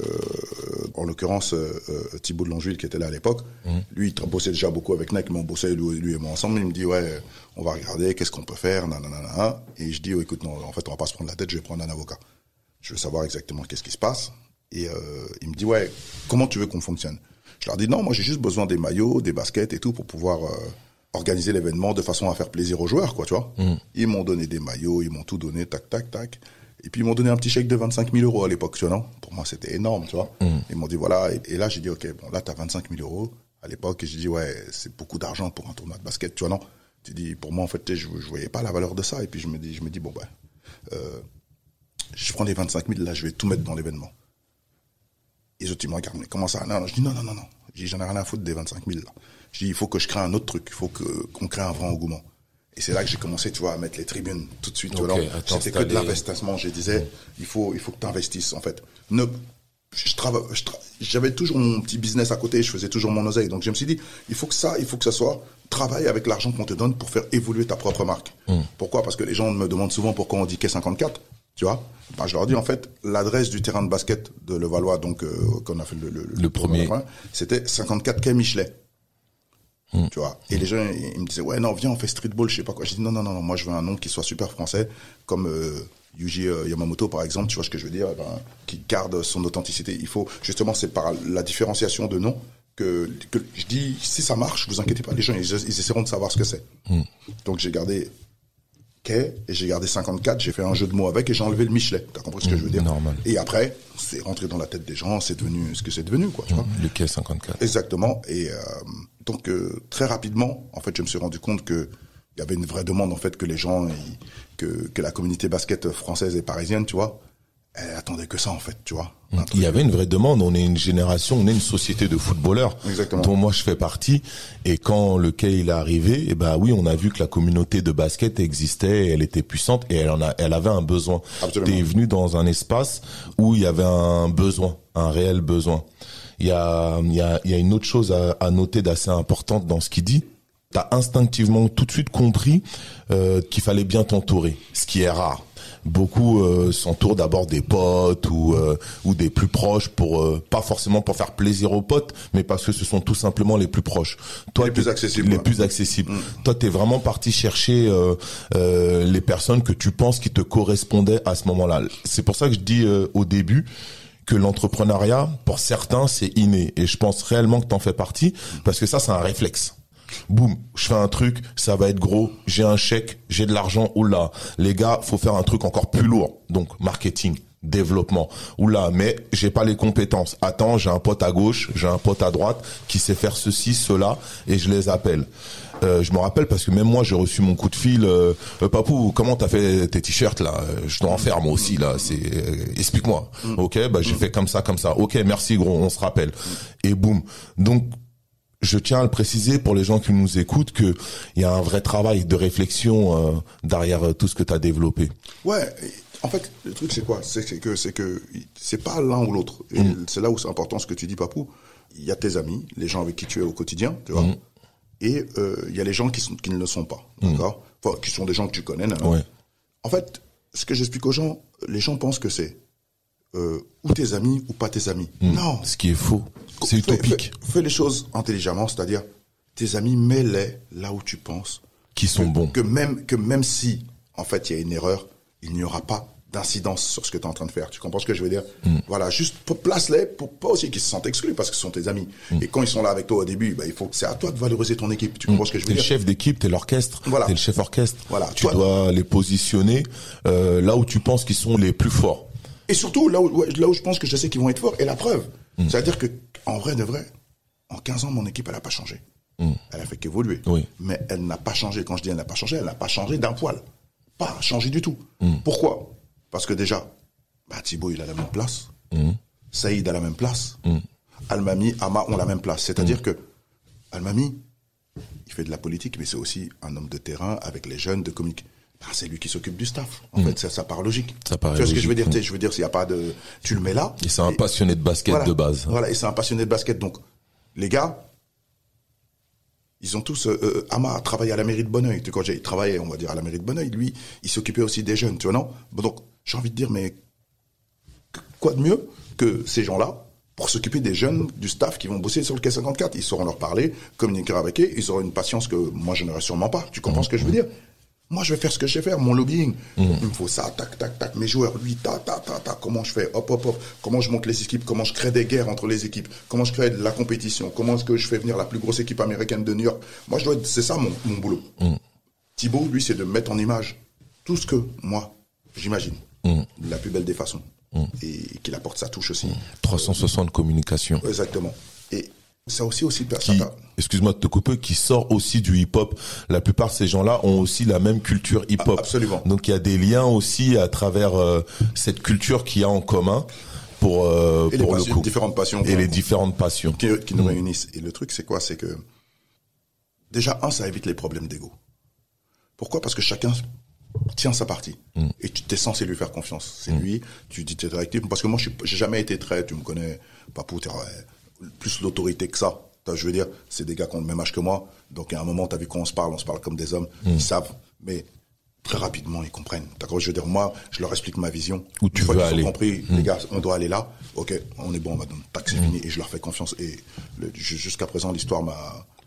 en l'occurrence, euh, Thibaut de Longeville, qui était là à l'époque, mmh. lui, il bossait déjà beaucoup avec Nike, mais on bossait, lui, lui et moi, ensemble. Il me dit, ouais, on va regarder, qu'est-ce qu'on peut faire, nanana. Et je dis, oh, écoute, non, en fait, on va pas se prendre la tête, je vais prendre un avocat. Je veux savoir exactement qu'est-ce qui se passe. Et euh, il me dit, ouais, comment tu veux qu'on fonctionne? Je leur dis non, moi j'ai juste besoin des maillots, des baskets et tout pour pouvoir euh, organiser l'événement de façon à faire plaisir aux joueurs, quoi, tu vois. Mm. Ils m'ont donné des maillots, ils m'ont tout donné, tac, tac, tac. Et puis ils m'ont donné un petit chèque de vingt-cinq mille euros à l'époque, tu vois, non? Pour moi c'était énorme, tu vois. Mm. Ils m'ont dit voilà, et, et là j'ai dit ok, bon là t'as vingt-cinq mille euros à l'époque, et j'ai dit ouais, c'est beaucoup d'argent pour un tournoi de basket, tu vois, non? Tu dis pour moi en fait, je, je voyais pas la valeur de ça, et puis je me dis, je me dis bon bah, euh, je prends les vingt-cinq mille, là je vais tout mettre dans l'événement. Et les autres, ils me regardent, mais comment ça? Non, non, je dis non, non, non, non. Je dis, j'en ai rien à foutre des vingt-cinq mille, là. Je dis, il faut que je crée un autre truc. Il faut que, qu'on crée un vrai engouement. Et c'est là que j'ai commencé, tu vois, à mettre les tribunes tout de suite. Okay, tu vois, c'était que de l'investissement. Je disais, mmh. il faut, il faut que tu investisses, en fait. Ne, je travaille, je tra... j'avais toujours mon petit business à côté, je faisais toujours mon oseille. Donc je me suis dit, il faut que ça, il faut que ça soit, travaille avec l'argent qu'on te donne pour faire évoluer ta propre marque. Mmh. Pourquoi? Parce que les gens me demandent souvent pourquoi on dit quai cinquante-quatre. Tu vois, ben, je leur dis en fait l'adresse du terrain de basket de Levallois, donc euh, qu'on a fait le, le, le, le premier, c'était cinquante-quatre quai Michelet. Mmh. Tu vois. Et mmh. les gens, ils me disaient, ouais, non, viens, on fait streetball, je sais pas quoi. J'ai dit, non, non, non, non, moi, je veux un nom qui soit super français, comme euh, Yuji euh, Yamamoto, par exemple, tu vois ce que je veux dire, eh ben, qui garde son authenticité. Il faut, justement, c'est par la différenciation de noms que, que je dis, si ça marche, vous inquiétez pas, les gens, ils, ils essaieront de savoir ce que c'est. Mmh. Donc, j'ai gardé Quai, et j'ai gardé cinquante-quatre, j'ai fait un jeu de mots avec et j'ai enlevé le Michelet. T'as compris ce que mmh, je veux dire? Normal. Et après, c'est rentré dans la tête des gens, c'est devenu ce que c'est devenu, quoi, tu mmh, vois. Le Quai cinquante-quatre. Exactement. Et, euh, donc, euh, très rapidement, en fait, je me suis rendu compte que il y avait une vraie demande, en fait, que les gens, ils, que, que la communauté basket française et parisienne, tu vois, elle attendait que ça, en fait, tu vois. Il y avait une vraie demande. On est une génération, on est une société de footballeurs. Exactement. Dont moi je fais partie. Et quand le Quai il est arrivé, eh ben oui, on a vu que la communauté de basket existait, elle était puissante et elle en a, elle avait un besoin. Absolument. T'es venu dans un espace où il y avait un besoin, un réel besoin. Il y a, il y a, il y a une autre chose à, à noter d'assez importante dans ce qu'il dit. T'as instinctivement tout de suite compris euh, qu'il fallait bien t'entourer, ce qui est rare. Beaucoup euh, s'entourent d'abord des potes ou euh, ou des plus proches pour euh, pas forcément pour faire plaisir aux potes, mais parce que ce sont tout simplement les plus proches. Toi, les plus accessibles. Les plus accessibles. Mmh. Toi, t'es vraiment parti chercher euh, euh, les personnes que tu penses qui te correspondaient à ce moment-là. C'est pour ça que je dis euh, au début que l'entrepreneuriat, pour certains, c'est inné. Et je pense réellement que t'en fais partie, parce que ça, c'est un réflexe. Boum, je fais un truc, ça va être gros, j'ai un chèque, j'ai de l'argent, oula, les gars, faut faire un truc encore plus lourd. Donc, marketing, développement, oula, mais j'ai pas les compétences. Attends, j'ai un pote à gauche, j'ai un pote à droite qui sait faire ceci, cela, et je les appelle. Euh, je me rappelle parce que même moi j'ai reçu mon coup de fil. Euh, euh, Papou, comment t'as fait tes t-shirts là? Je dois en faire moi aussi là. C'est euh, explique-moi. Mm. Ok, bah j'ai mm. fait comme ça, comme ça. Ok, merci gros, on se rappelle. Et boum. Donc je tiens à le préciser pour les gens qui nous écoutent que il y a un vrai travail de réflexion euh, derrière tout ce que t'as développé. Ouais. En fait, le truc c'est quoi? C'est que c'est que c'est pas l'un ou l'autre. Et mm. c'est là où c'est important ce que tu dis, Papou. Il y a tes amis, les gens avec qui tu es au quotidien, tu vois. Mm. Et il euh, y a les gens qui, sont, qui ne le sont pas, d'accord, mmh. enfin, qui sont des gens que tu connais. Ouais. En fait, ce que j'explique aux gens, les gens pensent que c'est euh, ou tes amis ou pas tes amis. Mmh. Non. Ce qui est faux. C'est fais, utopique. Fais, fais les choses intelligemment, c'est-à-dire tes amis, mets-les là où tu penses. Qui sont que, bons. Que même, que même si, en fait, il y a une erreur, il n'y aura pas d'incidence sur ce que tu es en train de faire. Tu comprends ce que je veux dire? Mm. Voilà, juste place-les pour pas aussi qu'ils se sentent exclus parce que ce sont tes amis. Mm. Et quand ils sont là avec toi au début, bah, il faut, c'est à toi de valoriser ton équipe. Tu comprends mm. ce que je veux t'es dire? T'es le chef d'équipe, t'es l'orchestre. Voilà. T'es le chef orchestre. Voilà. Tu toi, dois les positionner euh, là où tu penses qu'ils sont les plus forts. Et surtout là où, ouais, là où je pense que je sais qu'ils vont être forts. Et la preuve, mm. c'est-à-dire que en vrai de vrai, en quinze ans, mon équipe elle a pas changé. Mm. Elle a fait qu'évoluer. Oui. Mais elle n'a pas changé. Quand je dis elle n'a pas changé, elle n'a pas changé d'un poil. Pas changé du tout. Mm. Pourquoi? Parce que déjà, bah, Thibaut, il a la même place. Mmh. Saïd a la même place. Mmh. Almami, Ama ont la même place. C'est-à-dire mmh. que Almami, il fait de la politique, mais c'est aussi un homme de terrain avec les jeunes de communiquer. Bah, c'est lui qui s'occupe du staff. En mmh. fait, ça, ça part logique. Ça paraît tu vois logique. ce que je veux dire? Mmh. Je veux dire, s'il n'y a pas de, tu le mets là. Et c'est un et, passionné de basket voilà, de base. Voilà, et c'est un passionné de basket. Donc, les gars, ils ont tous, euh, euh, Ama a travaillé à la mairie de Bonneuil. Quand j'ai travaillé, on va dire, à la mairie de Bonneuil, lui, il s'occupait aussi des jeunes, tu vois, non? Bon, donc, j'ai envie de dire, mais, quoi de mieux que ces gens-là pour s'occuper des jeunes du staff qui vont bosser sur le Quai cinquante-quatre? Ils sauront leur parler, communiquer avec eux, ils auront une patience que moi je n'aurai sûrement pas. Tu comprends mmh. ce que je veux dire? Moi je vais faire ce que je sais faire, mon lobbying. Mmh. Il me faut ça, tac, tac, tac, mes joueurs, lui, tac, tac, tac, tac, comment je fais, hop, hop, hop, comment je monte les équipes, comment je crée des guerres entre les équipes, comment je crée de la compétition, comment est-ce que je fais venir la plus grosse équipe américaine de New York. Moi je dois être, c'est ça mon, mon boulot. Mmh. Thibaut, lui, c'est de mettre en image tout ce que moi, j'imagine, mmh. de la plus belle des façons. Mmh. Et qu'il apporte sa touche aussi. Mmh. trois cent soixante communication. Exactement. Et ça aussi, aussi, qui, excuse-moi de te couper, qui sort aussi du hip-hop. La plupart de ces gens-là ont aussi la même culture hip-hop. Absolument. Donc il y a des liens aussi à travers euh, cette culture qu'il y a en commun pour, euh, et pour les le passions, coup. différentes passions. Et les différentes passions. Qui, qui nous mmh. réunissent. Et le truc, c'est quoi? C'est que, déjà, un, ça évite les problèmes d'ego. Pourquoi? Parce que chacun tient sa partie. Mm. Et tu t'es censé lui faire confiance. C'est mm. lui, tu dis t'es actif. Parce que moi, je j'ai jamais été très, tu me connais, Papou, t'es ouais, plus l'autorité que ça. Je veux dire, c'est des gars qui ont le même âge que moi. Donc, à un moment, t'as vu qu'on se parle, on se parle comme des hommes. Mm. Ils savent. Mais très rapidement, ils comprennent. D'accord? Je veux dire, moi, je leur explique ma vision. Où tu veux aller. Ils ont compris, mm. les gars, on doit aller là. Ok, on est bon, on va donner tac, c'est mm. fini. Et je leur fais confiance. Et le, jusqu'à présent, l'histoire m'a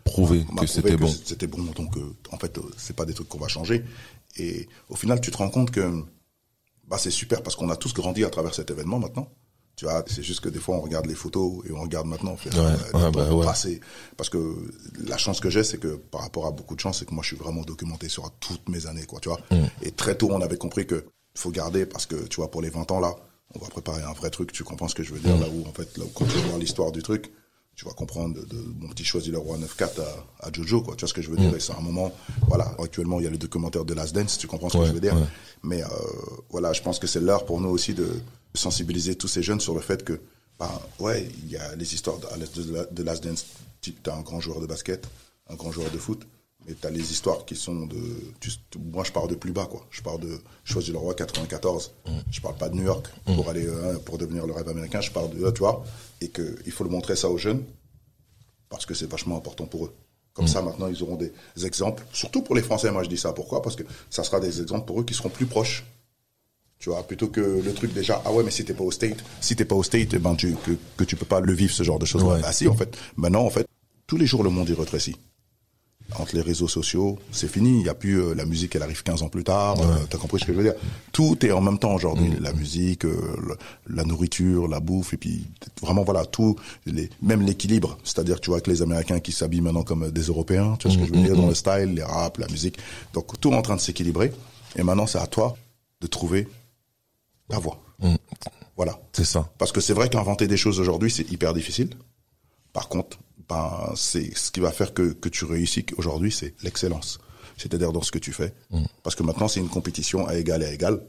prouvé on m'a que prouvé c'était que bon. C'était bon, donc euh, en fait, euh, c'est pas des trucs qu'on va changer. Et au final, tu te rends compte que bah c'est super parce qu'on a tous grandi à travers cet événement maintenant. Tu vois, c'est juste que des fois on regarde les photos et on regarde maintenant, on fait ouais, euh, ouais, bah, ouais. passé. Parce que la chance que j'ai, c'est que par rapport à beaucoup de gens, c'est que moi je suis vraiment documenté sur toutes mes années, quoi, tu vois. Mm. Et très tôt, on avait compris que faut garder parce que tu vois, pour les vingt ans là, on va préparer un vrai truc. Tu comprends ce que je veux dire mm. là où en fait, là où quand tu vois l'histoire du truc, tu vas comprendre de, de mon petit choisi le roi neuf quatre à, à Jojo, quoi. Tu vois ce que je veux dire? Mm. Et c'est un moment, voilà. Actuellement, il y a le documentaire de Last Dance. Tu comprends ce ouais, que je veux dire? Ouais. Mais euh, voilà, je pense que c'est l'heure pour nous aussi de sensibiliser tous ces jeunes sur le fait que, bah, ouais, il y a les histoires de, de, de Last Dance. Type, t'as un grand joueur de basket, un grand joueur de foot, mais t'as les histoires qui sont de. Tu, moi, je pars de plus bas, quoi. Je pars de Choisi le roi quatre-vingt-quatorze. Mm. Je parle pas de New York mm. pour aller euh, pour devenir le rêve américain. Je pars de là, tu vois, et que il faut le montrer ça aux jeunes parce que c'est vachement important pour eux. Comme mmh. ça, maintenant, ils auront des exemples. Surtout pour les Français, moi, je dis ça. Pourquoi? Parce que ça sera des exemples pour eux qui seront plus proches. Tu vois, plutôt que le truc déjà, ah ouais, mais si t'es pas au State, si t'es pas au State, eh ben, tu, que, que tu peux pas le vivre, ce genre de choses. Ouais. Ah si, en fait. Maintenant, en fait, tous les jours, le monde, il rétrécit. Entre les réseaux sociaux, c'est fini. Il y a plus, euh, la musique, elle arrive quinze ans plus tard. Ouais. Euh, t'as compris ce que je veux dire? Tout est en même temps aujourd'hui. Mmh. La musique, euh, le, la nourriture, la bouffe, et puis, vraiment, voilà, tout, les, même l'équilibre. C'est-à-dire, tu vois, que les Américains qui s'habillent maintenant comme des Européens, tu vois mmh. ce que je veux dire, dans le style, les rap, la musique. Donc, tout est en train de s'équilibrer. Et maintenant, c'est à toi de trouver ta voie. Mmh. Voilà. C'est ça. Parce que c'est vrai qu'inventer des choses aujourd'hui, c'est hyper difficile. Par contre, ben, c'est ce qui va faire que, que tu réussis aujourd'hui, c'est l'excellence. C'est-à-dire dans ce que tu fais. Mmh. Parce que maintenant, c'est une compétition à égal et à égal.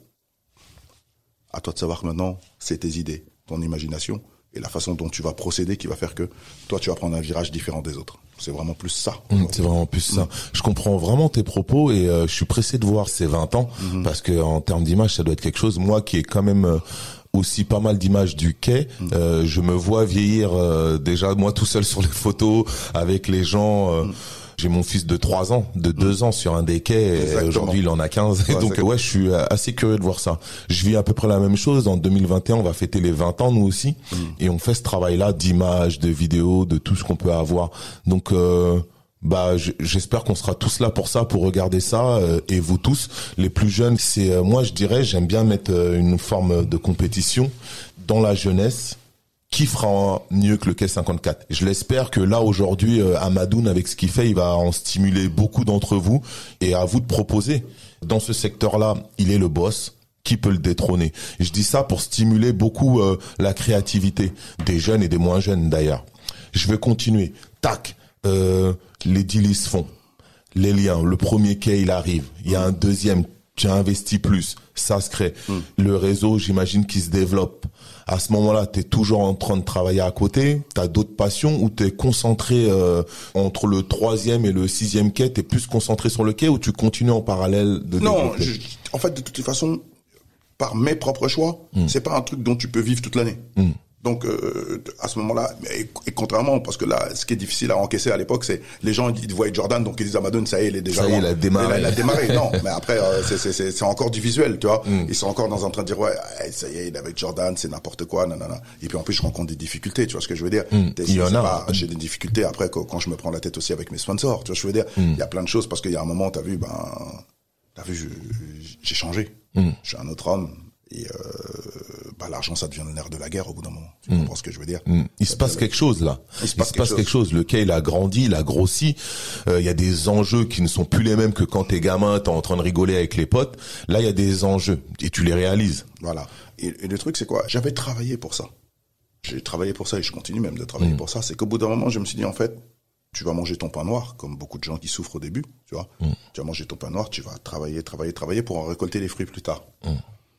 À toi de savoir maintenant, c'est tes idées, ton imagination et la façon dont tu vas procéder qui va faire que toi, tu vas prendre un virage différent des autres. C'est vraiment plus ça. Mmh, c'est vraiment plus ça. Mmh. Je comprends vraiment tes propos et euh, je suis pressé de voir ces vingt ans mmh. parce que en termes d'image, ça doit être quelque chose. Moi, qui est quand même euh, aussi pas mal d'images du quai, mmh. euh, je me vois vieillir euh, déjà moi tout seul sur les photos avec les gens. Euh, mmh. J'ai mon fils de trois ans, de deux mmh. ans sur un des quais. Et aujourd'hui, il en a quinze. Et ouais, donc, ouais, je suis assez curieux de voir ça. Je vis à peu près la même chose. En deux mille vingt et un, on va fêter les vingt ans, nous aussi. Mmh. Et on fait ce travail-là d'images, de vidéos, de tout ce qu'on peut avoir. Donc, euh, bah, j'espère qu'on sera tous là pour ça, pour regarder ça. Euh, et vous tous, les plus jeunes, c'est, euh, moi, je dirais, j'aime bien mettre euh, une forme de compétition dans la jeunesse. Qui fera mieux que le Quai cinquante-quatre? Je l'espère que là aujourd'hui, euh, Amadoun avec ce qu'il fait, il va en stimuler beaucoup d'entre vous et à vous de proposer. Dans ce secteur-là, il est le boss. Qui peut le détrôner? Je dis ça pour stimuler beaucoup euh, la créativité des jeunes et des moins jeunes d'ailleurs. Je vais continuer. Tac, euh, les deals se font. Les liens. Le premier quai il arrive. Il y a un deuxième. Tu as investi plus. Ça se crée. Mm. Le réseau, j'imagine, qui se développe. À ce moment-là, tu es toujours en train de travailler à côté, tu as d'autres passions ou tu es concentré euh, entre le troisième et le sixième quai, tu es plus concentré sur le quai ou tu continues en parallèle de Non, je, en fait, de toute façon, par mes propres choix, mm. c'est pas un truc dont tu peux vivre toute l'année. Mm. Donc euh, à ce moment-là, et, et contrairement, parce que là, ce qui est difficile à encaisser à l'époque, c'est les gens ils voient Jordan, donc ils disent Amadoun, ça y est, il est déjà. Ça y est, il a démarré. Il a, il a démarré. Non, mais après euh, c'est c'est c'est c'est encore du visuel, tu vois. Mm. Ils sont encore dans en train de dire ouais, ça y est, il est avec Jordan, c'est n'importe quoi, nanana. Et puis en plus, je rencontre des difficultés, tu vois ce que je veux dire. Mm. Il y en a. Pas, j'ai des difficultés après quand, quand je me prends la tête aussi avec mes sponsors, tu vois ce que je veux dire. Mm. Il y a plein de choses parce qu'il y a un moment, t'as vu, ben, t'as vu, je, j'ai changé. Mm. Je suis un autre homme. Et euh, bah l'argent, ça devient le nerf de la guerre au bout d'un moment. Tu mmh. comprends ce que je veux dire? mmh. Il ça se passe quelque chose là. Il se il passe, se quelque, passe chose. quelque chose. Le quai, il a grandi, il a grossi. Il euh, y a des enjeux qui ne sont plus les mêmes que quand t'es gamin, t'es en train de rigoler avec les potes. Là, il y a des enjeux et tu les réalises. Voilà. Et, et le truc, c'est quoi? J'avais travaillé pour ça. J'ai travaillé pour ça et je continue même de travailler mmh. pour ça. C'est qu'au bout d'un moment, je me suis dit en fait, tu vas manger ton pain noir, comme beaucoup de gens qui souffrent au début, tu vois. Mmh. Tu vas manger ton pain noir, tu vas travailler, travailler, travailler pour en récolter les fruits plus tard. Mmh.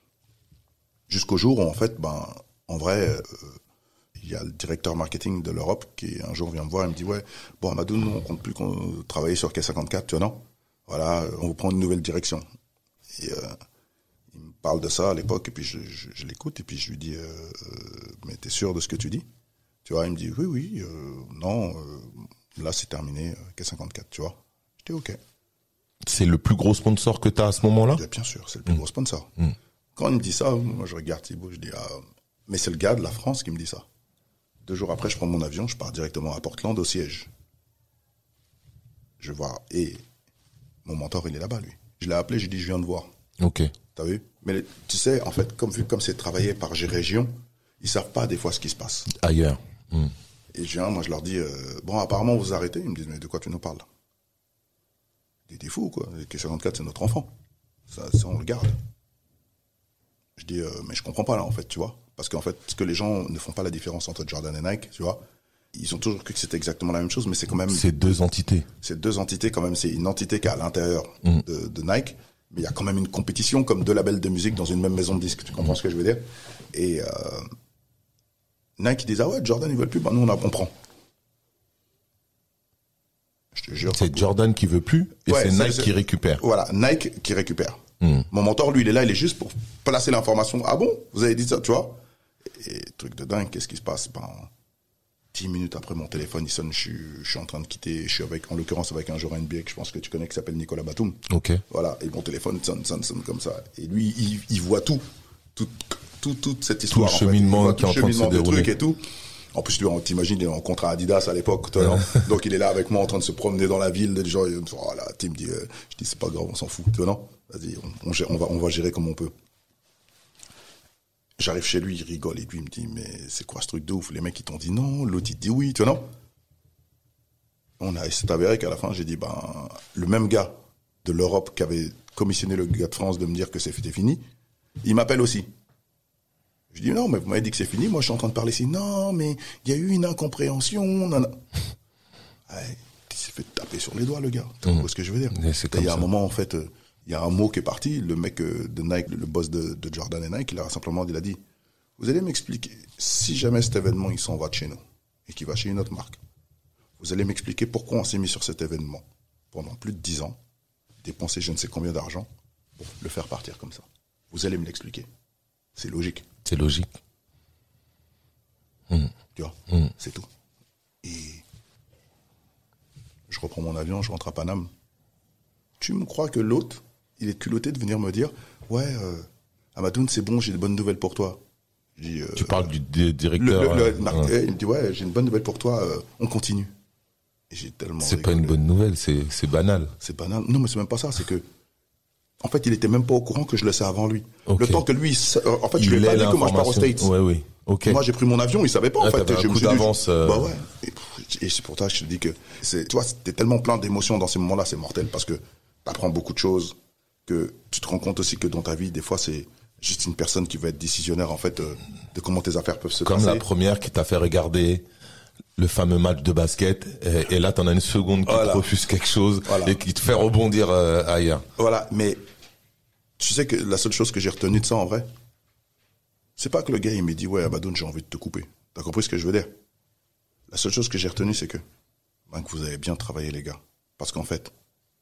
Jusqu'au jour où, en fait, ben, en vrai, euh, il y a le directeur marketing de l'Europe qui, un jour, vient me voir et me dit, ouais, bon, Amadoun, on compte plus qu'on travaille sur Quai cinquante-quatre, tu vois, non? Voilà, on vous prend une nouvelle direction. Et, euh, il me parle de ça à l'époque, et puis je, je, je l'écoute, et puis je lui dis, euh, euh, mais t'es sûr de ce que tu dis? Tu vois, il me dit, oui, oui, euh, non, euh, là, c'est terminé, Quai cinquante-quatre, tu vois. J'étais OK. C'est le plus gros sponsor que t'as à ce moment-là? Bien sûr, c'est le plus mmh. gros sponsor. Mmh. Quand il me dit ça, moi je regarde Thibaut, je dis ah, mais c'est le gars de la France qui me dit ça. Deux jours après, je prends mon avion, je pars directement à Portland au siège. je vais voir. Et mon mentor, il est là-bas, lui. Je l'ai appelé, j'ai dit, je viens te voir. Ok. T'as vu? Mais tu sais, en fait, comme vu comme c'est travaillé par région, ils savent pas des fois ce qui se passe. Ailleurs. Mm. Et je viens, moi, je leur dis, euh, bon, apparemment, vous arrêtez. Ils me disent, mais de quoi tu nous parles? Je dis, t'es fou, quoi. Le K cinquante-quatre, c'est notre enfant. Ça, ça, on le garde. Je dis, euh, mais je comprends pas, là, en fait, tu vois. Parce qu'en fait, ce que les gens ne font pas la différence entre Jordan et Nike, tu vois. Ils ont toujours cru que c'était exactement la même chose, mais c'est quand même... C'est deux entités. C'est deux entités, quand même. C'est une entité qui est à l'intérieur mm. de, de Nike, mais il y a quand même une compétition, comme deux labels de musique dans une même maison de disques. Tu comprends mm. ce que je veux dire? Et euh, Nike, ils disent, ah ouais, Jordan, ils veulent plus, ben nous, on, a, on prend. Je te jure. C'est Jordan qui veut plus, et ouais, c'est Nike c'est, qui récupère. Voilà, Nike qui récupère. Mm. Mon mentor, lui, il est là, il est juste pour placer l'information. Ah bon? Vous avez dit ça, tu vois? Et truc de dingue, qu'est-ce qui se passe? Ben, dix minutes après, mon téléphone, il sonne, je suis, je suis en train de quitter, je suis avec, en l'occurrence, avec un joueur N B A que je pense que tu connais, qui s'appelle Nicolas Batum. Ok. Voilà. Et mon téléphone sonne, sonne, sonne comme ça. Et lui, il, il voit tout. Tout, tout, toute cette histoire. Tout le cheminement, en fait. qui est en train de se dérouler. Trucs et tout. En plus, lui, on t'imagine, il est en contrat Adidas à l'époque, toi, donc il est là avec moi en train de se promener dans la ville, des gens, il me dit, oh là, tu me dis, euh, je dis, c'est pas grave, on s'en fout, tu vois, non? Vas-y, on, on, on va, on va gérer comme on peut. J'arrive chez lui, il rigole, et lui, il me dit, mais c'est quoi ce truc de ouf? Les mecs, ils t'ont dit non, l'autre, il te dit oui, tu vois, non? On a, c'est avéré qu'à la fin, j'ai dit, ben, le même gars de l'Europe qui avait commissionné le gars de France de me dire que c'était fini, il m'appelle aussi. Je dis, non, mais vous m'avez dit que c'est fini, moi, je suis en train de parler ici. Non, mais il y a eu une incompréhension, non, non. Ouais, il s'est fait taper sur les doigts, le gars. Tu vois mmh. ce que je veux dire? Il y a un moment, en fait, il euh, y a un mot qui est parti, le mec euh, de Nike, le, le boss de, de Jordan et Nike, il a simplement, il a dit, vous allez m'expliquer, si jamais cet événement, il s'en va de chez nous, et qu'il va chez une autre marque, vous allez m'expliquer pourquoi on s'est mis sur cet événement pendant plus de dix ans, dépenser je ne sais combien d'argent pour le faire partir comme ça. Vous allez me l'expliquer. C'est logique. C'est logique. Mmh. Tu vois, mmh. c'est tout. Et je reprends mon avion, je rentre à Paname. Tu me crois que l'autre, il est culotté de venir me dire, ouais, euh, Amadoun, c'est bon, j'ai de bonnes nouvelles pour toi. Je dis, euh, tu parles du d- directeur. Le, le, le, euh, ouais. Il me dit, ouais, j'ai une bonne nouvelle pour toi, euh, on continue. Et j'ai tellement C'est rigolé. pas une bonne nouvelle, c'est, c'est banal. C'est banal. Non, mais c'est même pas ça, c'est que, en fait, il était même pas au courant que je le sais avant lui. Okay. Le temps que lui, en fait, il je lui ai pas dit que moi je pars aux States. Ouais, oui. Okay. Moi, j'ai pris mon avion, il savait pas, en ouais, fait. T'avais un je coup me suis d'avance. dit, euh... bah ouais. Et, et c'est pour ça que je te dis que c'est, tu vois, t'es tellement plein d'émotions dans ces moments-là, c'est mortel parce que t'apprends beaucoup de choses, que tu te rends compte aussi que dans ta vie, des fois, c'est juste une personne qui va être décisionnaire, en fait, euh, de comment tes affaires peuvent se Comme passer. Comme la première qui t'a fait regarder le fameux match de basket, et, et là, t'en as une seconde qui voilà. te refuse quelque chose, voilà. et qui te fait rebondir euh, ailleurs. Voilà, mais tu sais que la seule chose que j'ai retenue de ça, en vrai, c'est pas que le gars, il m'a dit, ouais, Amadoun, j'ai envie de te couper. T'as compris ce que je veux dire? La seule chose que j'ai retenue, c'est que, ben, que vous avez bien travaillé, les gars. Parce qu'en fait,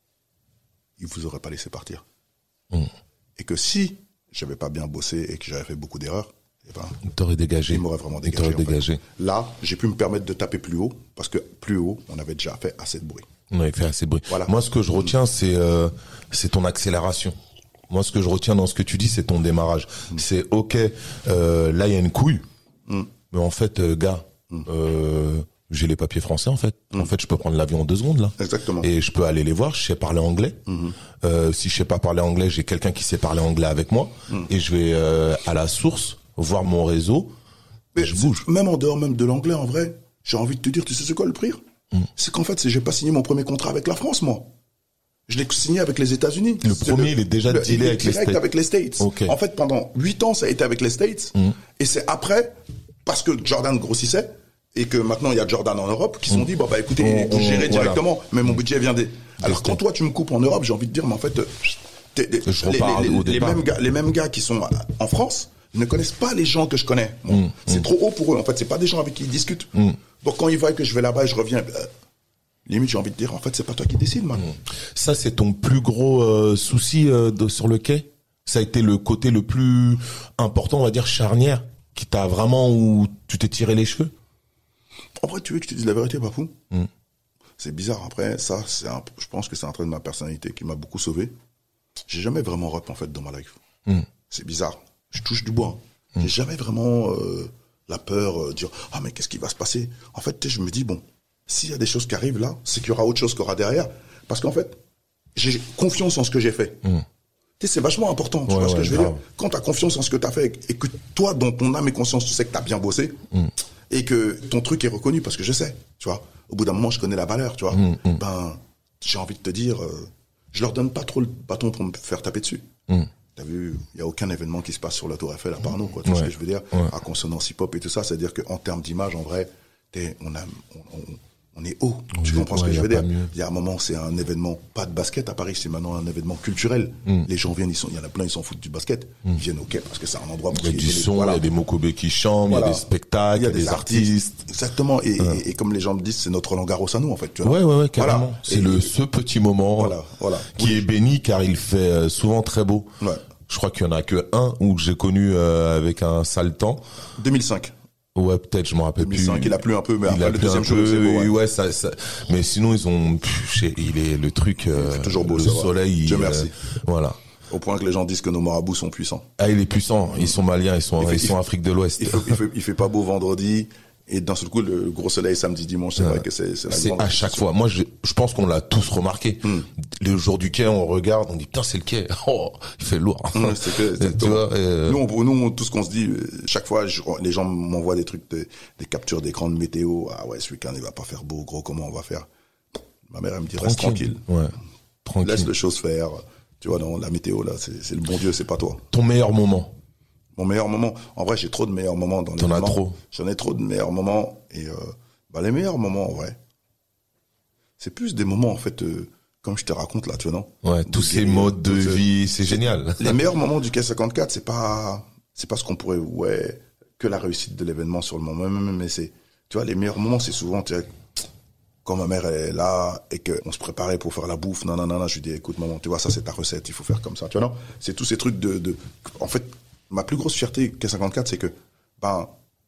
ils vous auraient pas laissé partir. Mmh. Et que si j'avais pas bien bossé et que j'avais fait beaucoup d'erreurs, eh ben, il t'aurait dégagé. Il m'aurait vraiment dégagé. dégagé. En fait. Là, j'ai pu me permettre de taper plus haut, parce que plus haut, on avait déjà fait assez de bruit. On avait fait assez de bruit. Voilà. Moi, ce que je retiens, c'est, euh, c'est ton accélération. Moi, ce que je retiens dans ce que tu dis, c'est ton démarrage. Mm. C'est ok, euh, là, il y a une couille, mm. mais en fait, euh, gars, mm. euh, j'ai les papiers français, en fait. Mm. En fait, je peux prendre l'avion en deux secondes, là. Exactement. Et je peux aller les voir, je sais parler anglais. Mm-hmm. Euh, si je sais pas parler anglais, j'ai quelqu'un qui sait parler anglais avec moi. Mm. Et je vais euh, à la source, voir mon réseau, mais et je bouge. Même en dehors même de l'anglais, en vrai, j'ai envie de te dire, tu sais c'est quoi le pire? Mm. C'est qu'en fait, c'est, j'ai pas signé mon premier contrat avec la France, moi. Je l'ai signé avec les États-Unis. Le c'est premier, le, il est déjà le, dealé avec les States. avec les States. Okay. En fait, pendant huit ans, ça a été avec les States. Mm. Et c'est après, parce que Jordan grossissait, et que maintenant il y a Jordan en Europe, qui se sont mm. dit, bon, bah, écoutez, on, vous gérez on, directement, voilà. mais mon budget vient des... Alors, quand toi, tu me coupes en Europe, j'ai envie de dire, mais en fait, t'es, t'es, les, les, les, les mêmes gars, les mêmes gars qui sont en France ne connaissent pas les gens que je connais. Bon, mm. C'est mm. trop haut pour eux. En fait, c'est pas des gens avec qui ils discutent. Mm. Donc, quand ils voient que je vais là-bas et je reviens, euh, limite, j'ai envie de dire, en fait, c'est pas toi qui décides, man. Ça, c'est ton plus gros euh, souci euh, de, sur le quai? Ça a été le côté le plus important, on va dire, charnière, qui t'a vraiment, où tu t'es tiré les cheveux? En vrai, tu veux que je te dise la vérité, Papou? Mm. C'est bizarre. Après, ça, c'est un, je pense que c'est un trait de ma personnalité qui m'a beaucoup sauvé. J'ai jamais vraiment rap, en fait, dans ma life. Mm. C'est bizarre. Je touche du bois. Mm. J'ai jamais vraiment euh, la peur de euh, dire, ah, mais qu'est-ce qui va se passer? En fait, je me dis, bon, s'il y a des choses qui arrivent là, c'est qu'il y aura autre chose qu'il y aura derrière. Parce qu'en fait, j'ai confiance en ce que j'ai fait. Mm. Tu sais, c'est vachement important, tu ouais, vois ouais, ce que je veux grave. dire. Quand t'as confiance en ce que t'as fait et que toi, dans ton âme et conscience, tu sais que t'as bien bossé mm. et que ton truc est reconnu, parce que je sais, tu vois. Au bout d'un moment, je connais la valeur, tu vois. Mm. Ben, j'ai envie de te dire, euh, je leur donne pas trop le bâton pour me faire taper dessus. Mm. T'as vu, il y a aucun événement qui se passe sur la Tour Eiffel à part nous, quoi. Tu ouais. vois ce que je veux dire. Ouais. À consonance hip-hop et tout ça, c'est-à-dire qu'en termes d'image, en vrai, t'es, on a, on, on, on est haut. On tu comprends ouais, ce que je veux dire? Il y a un moment, c'est un événement, pas de basket à Paris, c'est maintenant un événement culturel. Mm. Les gens viennent, ils sont, il y en a plein, ils s'en foutent du basket. Mm. Ils viennent au quai parce que c'est un endroit. Il y a du son, il voilà. y a des Mokobé qui chantent, voilà. il y a des spectacles, il y a des, des artistes. artistes. Exactement. Et, ouais. et, et comme les gens me disent, c'est notre Roland Garros à nous, en fait. Tu vois. Ouais, ouais, ouais, carrément. Voilà. C'est et, le, ce petit moment. Voilà, voilà. Qui oui. est béni car il fait souvent très beau. Ouais. Je crois qu'il y en a que un où j'ai connu euh, avec un sale temps. deux mille cinq. Ouais, peut-être, je me rappelle deux mille cinq, plus. Il a plu un peu, mais il après a le deuxième jour, c'est beau. Ouais, ouais ça, ça, mais sinon ils ont, pff, il est le truc, euh, c'est toujours beau, le ça soleil. Dieu il, merci. Euh, voilà. Au point que les gens disent que nos marabouts sont puissants. Ah, il est puissant. Ils sont maliens, ils sont, il fait, ils sont il, Afrique de l'Ouest. Il fait, il fait, il fait pas beau vendredi. Et d'un seul coup, le gros soleil samedi, dimanche, c'est ouais. vrai que c'est, c'est la c'est grande à chaque fois. Moi, je, je pense qu'on l'a tous remarqué. Mm. Le jour du quai, on regarde, on dit, putain, c'est le quai. Oh, il fait lourd. Mm, c'est que, c'est tu vois, euh... Nous, on, nous, tout ce qu'on se dit, chaque fois, je, les gens m'envoient des trucs, de, des captures d'écran de météo. Ah ouais, ce week-end, il va pas faire beau, gros, comment on va faire? Ma mère, elle me dit, reste tranquille. Ouais. Tranquille. Laisse les choses faire. Tu vois, non, la météo, là, c'est, c'est le bon Dieu, c'est pas toi. Ton meilleur moment? Mon meilleur moment, en vrai, j'ai trop de meilleurs moments dans les T'en as trop. J'en ai trop de meilleurs moments et euh, bah les meilleurs moments en vrai, c'est plus des moments en fait euh, comme je te raconte là, tu vois non. Ouais, tous ces modes de vie, c'est génial. Les meilleurs moments du quai cinquante-quatre, c'est pas c'est pas ce qu'on pourrait ouais que la réussite de l'événement sur le moment même, mais c'est tu vois les meilleurs moments, c'est souvent tu vois, quand ma mère est là et que on se préparait pour faire la bouffe, non non non, non je lui dis écoute maman, tu vois ça c'est ta recette, il faut faire comme ça, tu vois non. C'est tous ces trucs de de en fait. Ma plus grosse fierté quai cinquante-quatre, c'est que, ben,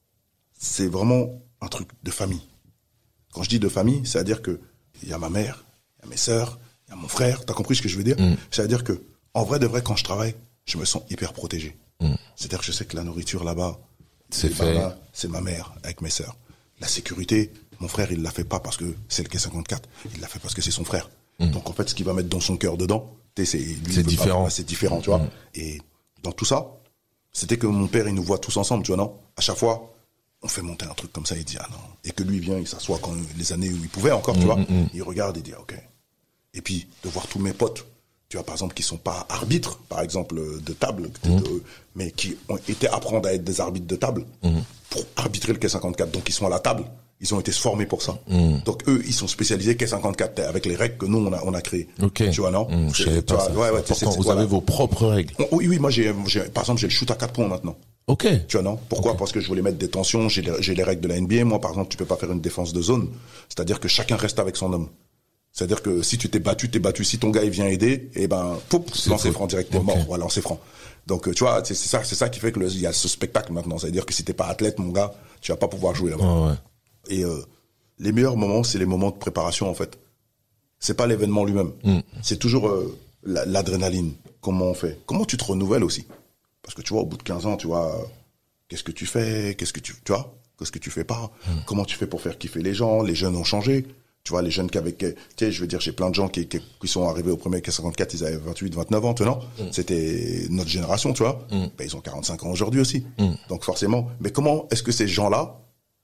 c'est vraiment un truc de famille. Quand je dis de famille, c'est-à-dire que il y a ma mère, il y a mes sœurs, il y a mon frère. T'as compris ce que je veux dire? Mm. C'est-à-dire que, en vrai de vrai, quand je travaille, je me sens hyper protégé. Mm. C'est-à-dire que je sais que la nourriture là-bas, c'est fait. Là, c'est ma mère avec mes sœurs. La sécurité, mon frère, il l'a fait pas parce que c'est le quai cinquante-quatre. Il l'a fait parce que c'est son frère. Mm. Donc en fait, ce qu'il va mettre dans son cœur dedans, c'est, lui, c'est différent. Pas, c'est différent, tu vois. Mm. Et dans tout ça. C'était que mon père, il nous voit tous ensemble, tu vois, non? À chaque fois, on fait monter un truc comme ça, il dit, ah non. Et que lui, il vient, il s'assoit quand les années où il pouvait encore, tu mmh, vois. Mmh. Il regarde et dit, ok. Et puis, de voir tous mes potes, tu vois, par exemple, qui sont pas arbitres, par exemple, de table, mmh. de, mais qui ont été apprendre à être des arbitres de table mmh. pour arbitrer le quai cinquante-quatre. Donc, ils sont à la table. Ils ont été formés pour ça. Mmh. Donc, eux, ils sont spécialisés quai cinquante-quatre avec les règles que nous, on a, on a créées. Ok. Tu vois, non? Mmh, je savais pas vois, ça. Ouais, ouais, c'est, c'est, vous voilà. avez vos propres règles. On, oui, oui, moi, j'ai, j'ai, par exemple, j'ai le shoot à quatre points maintenant. Ok. Tu vois, non? Pourquoi? Okay. Parce que je voulais mettre des tensions, j'ai les, j'ai les règles de la N B A. Moi, par exemple, tu peux pas faire une défense de zone. C'est-à-dire que chacun reste avec son homme. C'est-à-dire que si tu t'es battu, t'es battu. Si ton gars, il vient aider, eh ben, poup, lancer franc direct, t'es okay. mort. Voilà, lancer franc. Donc, tu vois, c'est, c'est ça, c'est ça qui fait que le, il y a ce spectacle maintenant. C'est-à-dire que si t'es pas athlète, mon gars, tu vas pas pouvoir jouer là-bas. Oh, ouais. Et, euh, les meilleurs moments, c'est les moments de préparation, en fait. C'est pas l'événement lui-même. Mm. C'est toujours euh, la, l'adrénaline. Comment on fait? Comment tu te renouvelles aussi? Parce que tu vois, au bout de quinze ans, tu vois, euh, qu'est-ce que tu fais? Qu'est-ce que tu, tu vois? Qu'est-ce que tu fais pas? Mm. Comment tu fais pour faire kiffer les gens? Les jeunes ont changé. Tu vois, les jeunes qui avaient, tu sais, je veux dire, j'ai plein de gens qui, qui, qui sont arrivés au premier quai cinquante-quatre, ils avaient vingt-huit, vingt-neuf ans, tu vois, non? Mm. C'était notre génération, tu vois. Mm. Ben, ils ont quarante-cinq ans aujourd'hui aussi. Mm. Donc, forcément. Mais comment est-ce que ces gens-là,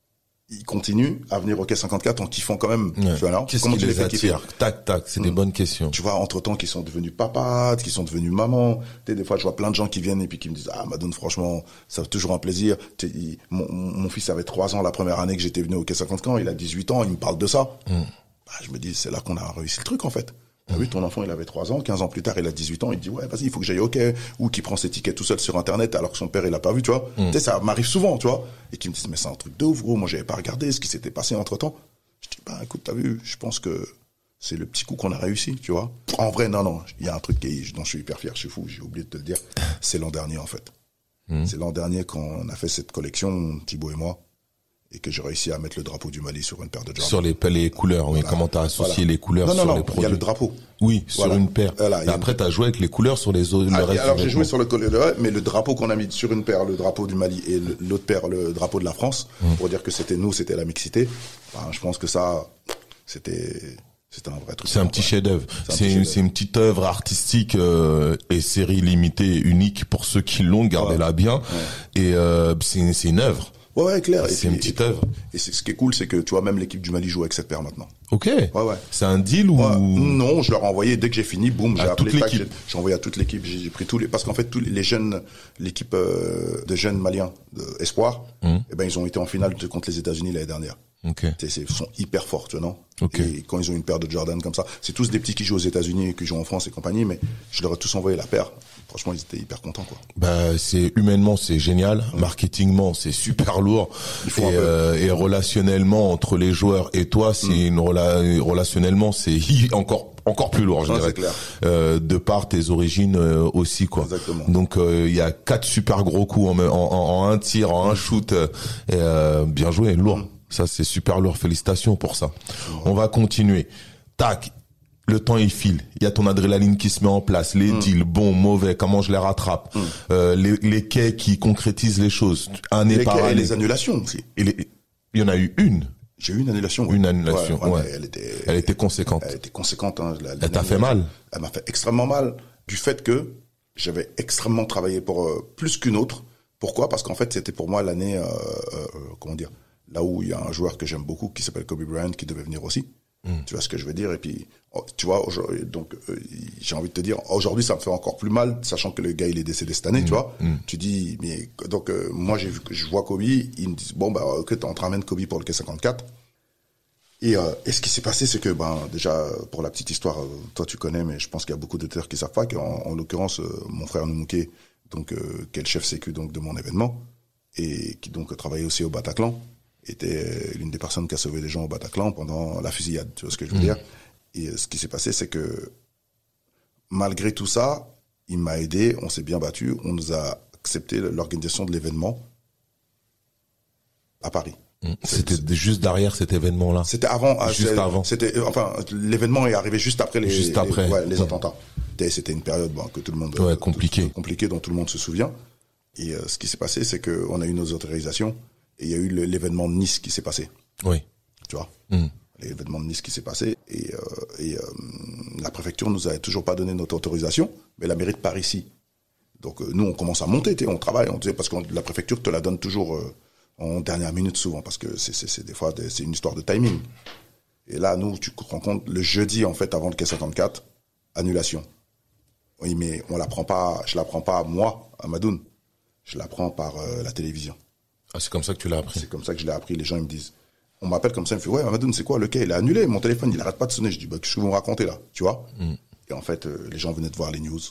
ils continuent à venir au quai cinquante-quatre en kiffant quand même. Ouais. Tu vois, là, Qu'est-ce comment qui tu les, les fais attire? kiffer? Tac, tac, c'est mmh. des bonnes questions. Tu vois, entre-temps, qui sont devenus papas, qui sont devenus mamans. Tu sais, des fois, je vois plein de gens qui viennent et puis qui me disent, ah, Madoun, franchement, ça fait toujours un plaisir. Tu sais, il, mon, mon fils avait trois ans la première année que j'étais venu au quai cinquante-quatre, il a dix-huit ans, il me parle de ça. Mmh. Bah, je me dis, c'est là qu'on a réussi le truc, en fait. T'as mmh. vu, ton enfant, il avait trois ans, quinze ans plus tard, il a dix-huit ans, il dit, ouais, vas-y, il faut que j'aille au quai, ou qui prend ses tickets tout seul sur Internet, alors que son père, il a pas vu, tu vois. Mmh. Tu sais, ça m'arrive souvent, tu vois. Et qui me disent, mais c'est un truc de ouf, gros, moi, j'avais pas regardé ce qui s'était passé entre temps. Je dis, bah, écoute, t'as vu, je pense que c'est le petit coup qu'on a réussi, tu vois. En vrai, non, non, il y a un truc qui, dont je suis hyper fier, je suis fou, j'ai oublié de te le dire. C'est l'an dernier, en fait. Mmh. C'est l'an dernier quand on a fait cette collection, Thibaut et moi. Et que j'ai réussi à mettre le drapeau du Mali sur une paire de Jordan. Sur les, les couleurs, oui. Voilà. Comment t'as associé voilà. les couleurs non, non, sur non, les produits? Il y a le drapeau. Oui, voilà. sur une paire. Voilà, et après, une... t'as joué avec les couleurs sur les autres. Ah, le reste alors, j'ai joué sur le collier, mais le drapeau qu'on a mis sur une paire, le drapeau du Mali, et l'autre paire, le drapeau de la France, mmh. pour dire que c'était nous, c'était la mixité. Ben, je pense que ça, c'était, C'était un vrai truc. C'est un petit chef-d'œuvre. C'est une, c'est une petite œuvre artistique euh, et série limitée, unique pour ceux qui l'ont. Gardez-la ouais. bien. Ouais. Et euh, c'est, c'est une œuvre. Ouais, ouais, clair. Et c'est puis, une petite œuvre. Et c'est ce qui est cool, c'est que tu vois même l'équipe du Mali joue avec cette paire maintenant. Ok. Ouais, ouais. C'est un deal ou ouais. Non, je leur ai envoyé dès que j'ai fini. Boum, j'ai à appelé toute tac, l'équipe. J'ai, j'ai envoyé à toute l'équipe. J'ai, j'ai pris tous les parce qu'en fait tous les jeunes, l'équipe euh, de jeunes maliens de Espoir, mmh. eh ben ils ont été en finale contre les États-Unis l'année dernière. Okay. C'est, ils sont hyper forts, tu vois, non? Okay. Et quand ils ont une paire de Jordan comme ça, c'est tous des petits qui jouent aux États-Unis et qui jouent en France et compagnie, mais je leur ai tous envoyé la paire. Franchement, ils étaient hyper contents, quoi. Bah, c'est humainement, c'est génial. Mmh. Marketingement, c'est super lourd. Il faut et, euh, et relationnellement entre les joueurs et toi, c'est mmh. une rela- relationnellement, c'est encore encore plus lourd, je ouais, dirais. C'est clair. Euh, de par tes origines euh, aussi, quoi. Exactement. Donc il euh, y a quatre super gros coups en, en, en, en un tir, en un shoot. Euh, et, euh, bien joué, lourd. Mmh. Ça, c'est super lourd. Félicitations pour ça. On va continuer. Tac. Le temps, il file. Il y a ton adrénaline qui se met en place. Les mmh. deals, bons, mauvais, comment je les rattrape. Mmh. Euh, les, les quais qui concrétisent les choses. Année par année. Et les annulations aussi. Et les, il y en a eu une. J'ai eu une annulation. Une annulation, ouais. ouais, ouais. Elle était, elle était conséquente. Elle était conséquente. Hein, la, elle t'a fait mal. Elle m'a fait extrêmement mal. Du fait que j'avais extrêmement travaillé pour euh, plus qu'une autre. Pourquoi? Parce qu'en fait, c'était pour moi l'année, euh, euh, comment dire, là où il y a un joueur que j'aime beaucoup qui s'appelle Kobe Bryant qui devait venir aussi. Mm. Tu vois ce que je veux dire? Et puis, tu vois, donc euh, j'ai envie de te dire, aujourd'hui ça me fait encore plus mal, sachant que le gars il est décédé cette année, mm. tu vois. Mm. Tu dis, mais donc euh, moi j'ai vu que je vois Kobe, ils me disent bon bah ok, on te ramène Kobe pour le K cinquante-quatre. Et, euh, et ce qui s'est passé, c'est que ben déjà pour la petite histoire, euh, toi tu connais, mais je pense qu'il y a beaucoup d'auteurs qui savent pas qu'en en l'occurrence euh, mon frère Noumouké, donc euh, qui est le chef sécu donc de mon événement et qui donc travaillait aussi au Bataclan, était l'une des personnes qui a sauvé des gens au Bataclan pendant la fusillade, tu vois ce que je veux mmh. dire. Et euh, ce qui s'est passé, c'est que malgré tout ça, il m'a aidé, on s'est bien battu, on nous a accepté l'organisation de l'événement à Paris. Mmh. C'était c'est, juste derrière cet événement-là. C'était avant. Juste c'est, avant. C'était enfin l'événement est arrivé juste après les juste après les, ouais, les mmh. attentats. Et c'était une période bon, que tout le monde ouais compliqué tout, compliqué dont tout le monde se souvient. Et euh, ce qui s'est passé, c'est que on a eu nos autorisations et il y a eu le, l'événement de Nice qui s'est passé. Oui. Tu vois. Mmh. L'événement de Nice qui s'est passé et, euh, et euh, la préfecture nous avait toujours pas donné notre autorisation, mais la mairie de Paris si. Donc euh, nous on commence à monter, on travaille, on, parce que la préfecture te la donne toujours. Euh, en dernière minute souvent parce que c'est c'est c'est des fois des, c'est une histoire de timing. Et là nous tu te rends compte le jeudi en fait avant le K cinquante-quatre annulation. Oui mais on la prend pas, je la prends pas moi à Madoun. Je la prends par euh, la télévision. Ah c'est comme ça que tu l'as appris. C'est comme ça que je l'ai appris, les gens ils me disent on m'appelle comme ça, ils me font ouais Madoun c'est quoi le quai il est annulé, mon téléphone il arrête pas de sonner, je dis bah qu'est-ce que vous me racontez là, tu vois. Mm. Et en fait euh, les gens venaient de voir les news.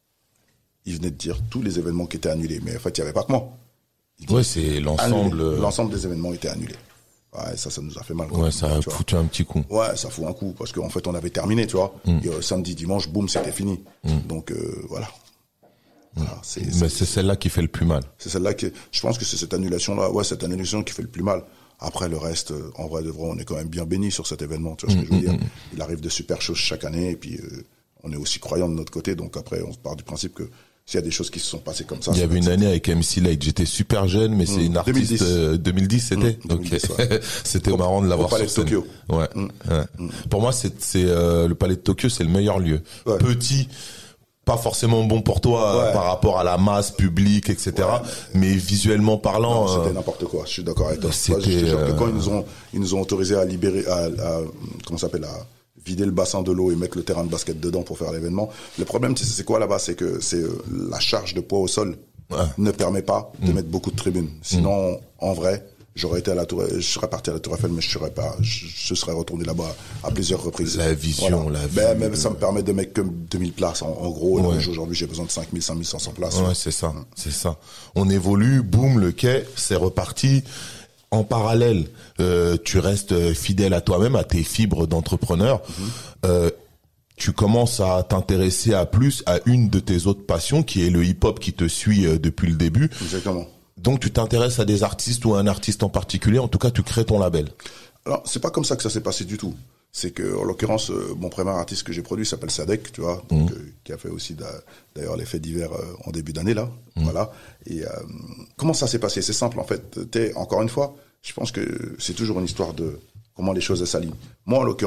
Ils venaient de dire tous les événements qui étaient annulés mais en fait il y avait pas que moi. Ouais, c'est l'ensemble. Annulé. L'ensemble des événements étaient annulés. Ouais, ça, ça nous a fait mal. Ouais, ça a foutu un petit coup. Ouais, ça fout un coup parce qu'en fait, on avait terminé, tu vois. Mm. Et, euh, samedi, dimanche, boum, c'était fini. Mm. Donc euh, voilà. voilà c'est, Mais c'est, c'est celle-là qui fait le plus mal. C'est celle-là qui. Je pense que c'est cette annulation-là. Ouais, cette annulation qui fait le plus mal. Après le reste, euh, en vrai de vrai, on est quand même bien bénis sur cet événement. Tu vois mm, ce que je veux mm, dire. Mm. Il arrive de super choses chaque année et puis euh, on est aussi croyants de notre côté. Donc après, on part du principe que s'il y a des choses qui se sont passées comme ça. Il y avait une année avec M C Light, j'étais super jeune, mais c'est mmh, une artiste, deux mille dix, euh, deux mille dix c'était? Mmh, deux mille dix, okay. Ouais. C'était au, marrant de l'avoir sur scène. Au Palais de Tokyo. Ouais. Mmh. ouais. Mmh. Pour moi, c'est, c'est, euh, le Palais de Tokyo, c'est le meilleur lieu. Ouais. Petit, pas forcément bon pour toi, ouais. par rapport à la masse publique, et cetera. Ouais. Mais visuellement parlant. Non, c'était euh, n'importe quoi, je suis d'accord avec toi. C'était, je te jure que quand ils nous ont, ils nous ont autorisé à libérer, à, à comment ça s'appelle, à vider le bassin de l'eau et mettre le terrain de basket dedans pour faire l'événement. Le problème, c'est, c'est quoi là-bas? C'est que c'est euh, la charge de poids au sol ouais. ne permet pas de mmh. mettre beaucoup de tribunes. Sinon, mmh. en vrai, j'aurais été à la tour, je serais parti à la Tour Eiffel, mais je serais pas, je, je serais retourné là-bas à plusieurs reprises. La vision, voilà. la vue. Ben, mais ça me permet de mettre que deux mille places, en, en gros. Ouais. Et aujourd'hui, j'ai besoin de cinq mille, cinq mille cinq cents places. Ouais, ouais. c'est ça, mmh. c'est ça. On évolue, boum, le quai, c'est reparti. En parallèle, euh, tu restes fidèle à toi-même, à tes fibres d'entrepreneur. Mmh. Euh, tu commences à t'intéresser à plus à une de tes autres passions, qui est le hip-hop qui te suit euh, depuis le début. Exactement. Donc tu t'intéresses à des artistes ou à un artiste en particulier. En tout cas, tu crées ton label. Alors c'est pas comme ça que ça s'est passé du tout. C'est que en l'occurrence, euh, mon premier artiste que j'ai produit s'appelle Sadek, tu vois, donc, mmh. euh, qui a fait aussi d'ailleurs les faits divers euh, en début d'année là. Mmh. Voilà. Et euh, comment ça s'est passé? C'est simple en fait. T'es, encore une fois, je pense que c'est toujours une histoire de comment les choses s'alignent. Moi, en l'occurrence,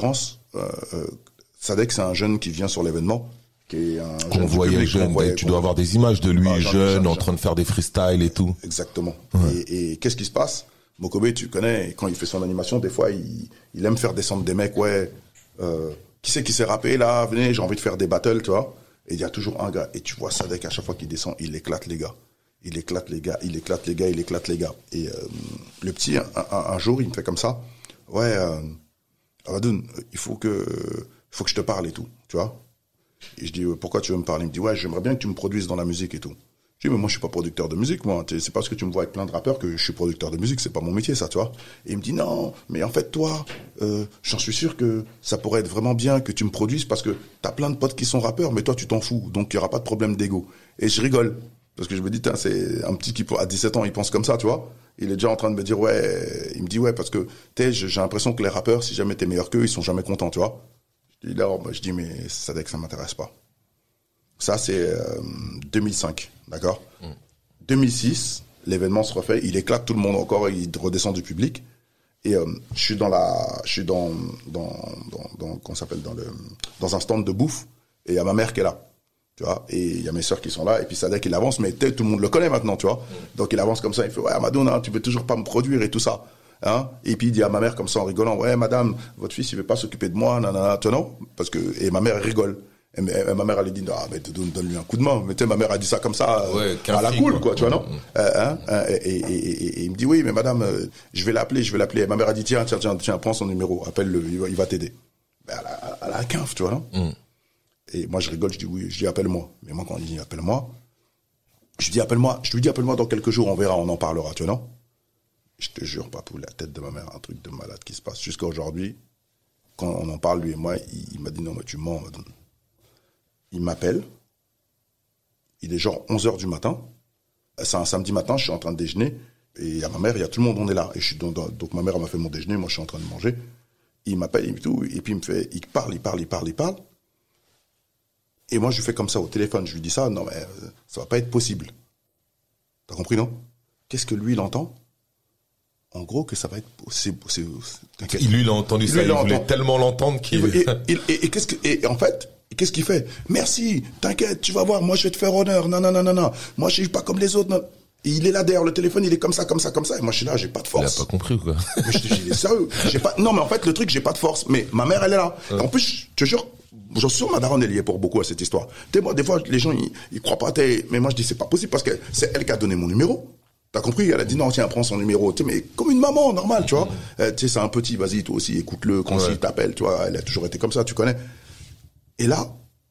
euh, Sadek, c'est un jeune qui vient sur l'événement, qui est un qu'on voyait jeune. Voyait, tu dois avoir des images de lui, ah, jeune, en train de faire des freestyles et tout. Exactement. Ouais. Et, et qu'est-ce qui se passe? Mokobe, tu connais, quand il fait son animation, des fois, il, il aime faire descendre des mecs, ouais, euh, qui c'est qui s'est rappé, là, venez, j'ai envie de faire des battles, tu vois. Et il y a toujours un gars, et tu vois Sadek, à chaque fois qu'il descend, il éclate les gars. Il éclate les gars, il éclate les gars, il éclate les gars. Et euh, le petit, un, un, un jour, il me fait comme ça, ouais, euh, Radoun, il faut que, il faut que je te parle et tout, tu vois. Et je dis, pourquoi tu veux me parler? Il me dit, ouais, j'aimerais bien que tu me produises dans la musique et tout. Je dis, mais moi, je suis pas producteur de musique, moi. C'est parce que tu me vois avec plein de rappeurs que je suis producteur de musique. C'est pas mon métier, ça, tu vois. Et il me dit, non, mais en fait, toi, euh, j'en suis sûr que ça pourrait être vraiment bien que tu me produises parce que t'as plein de potes qui sont rappeurs, mais toi, tu t'en fous. Donc, il y aura pas de problème d'ego. Et je rigole. Parce que je me dis, c'est un petit qui, à dix-sept ans, il pense comme ça, tu vois. Il est déjà en train de me dire, ouais, il me dit, ouais, parce que, tu j'ai l'impression que les rappeurs, si jamais t'es meilleur qu'eux, ils sont jamais contents, tu vois. Je dis, là, je dis, mais ça, dès que ça m'intéresse pas. Ça, c'est euh, deux mille cinq, d'accord. mm. deux mille six, l'événement se refait, il éclate tout le monde encore, il redescend du public. Et euh, je suis dans la, je suis dans, dans, dans, dans qu'on s'appelle dans le, dans un stand de bouffe, et il y a ma mère qui est là, tu vois. Et il y a mes sœurs qui sont là, et puis Sadek il avance, mais tout le monde le connaît maintenant, tu vois. mm. Donc il avance comme ça, il fait ouais, Amadoun, hein, tu veux toujours pas me produire et tout ça. Hein, et puis il dit à ma mère comme ça en rigolant, ouais madame, votre fils il veut pas s'occuper de moi, nanana, tu vois, non, parce que et ma mère rigole. Et, et, et ma mère elle dit ah mais donne, donne-lui un coup de main. Mais tu sais ma mère a dit ça comme ça ouais, à la cool quoi, quoi tu vois non. Mmh. Euh, hein, et, et, et, et, et il me dit oui mais madame, euh, je vais l'appeler, je vais l'appeler. Et ma mère a dit tiens tiens tiens tiens prends son numéro, appelle-le, il va, il va t'aider. Ben, elle a, elle a un quinze, tu vois non. Mmh. Et moi je rigole, je dis oui, je dis appelle-moi. Mais moi quand il dit appelle-moi, je dis appelle-moi, je lui dis appelle-moi dans quelques jours, on verra, on en parlera, tu vois non. Je te jure, papou, la tête de ma mère, un truc de malade qui se passe. Jusqu'à aujourd'hui, quand on en parle, lui et moi, il, il m'a dit non, mais tu mens. Il m'appelle. Il est genre onze heures du matin. C'est un samedi matin, je suis en train de déjeuner. Et il y a ma mère, il y a tout le monde, on est là. Et je suis dans, dans, donc ma mère m'a fait mon déjeuner, moi je suis en train de manger. Il m'appelle, il me tout, et puis il me fait, il parle, il parle, il parle, il parle. Et moi je lui fais comme ça au téléphone, je lui dis ça, non mais ça va pas être possible. T'as compris, non? Qu'est-ce que lui, il entend? En gros, que ça va être... C'est, c'est, c'est, il lui, il a entendu lui, ça, il, il voulait tellement l'entendre qu'il... Et, et, et, et, qu'est-ce que, et en fait, qu'est-ce qu'il fait? Merci, t'inquiète, tu vas voir, moi je vais te faire honneur, non, non, non, non, non, moi je suis pas comme les autres, non. Et il est là derrière le téléphone, il est comme ça, comme ça, comme ça, et moi je suis là, j'ai pas de force. Il a pas compris ou quoi? Mais je te dis, il est sérieux, j'ai pas... Non, mais en fait, le truc, j'ai pas de force, mais ma mère, elle est là. Ouais. En plus, je te jure, j'en suis sûr, ma daronne, elle y est pour beaucoup à cette histoire. Tu sais, moi, des fois, les gens, ils, ils croient pas, t'es... mais moi je dis, c'est pas possible, parce que c'est elle qui a donné mon numéro. T'as compris? Elle a dit non, tiens, prends son numéro. Tu sais, mais comme une maman, normal, tu vois. Euh, tu sais, c'est un petit, vas-y, toi aussi, écoute-le quand ouais. il t'appelle, tu vois. Elle a toujours été comme ça, tu connais. Et là,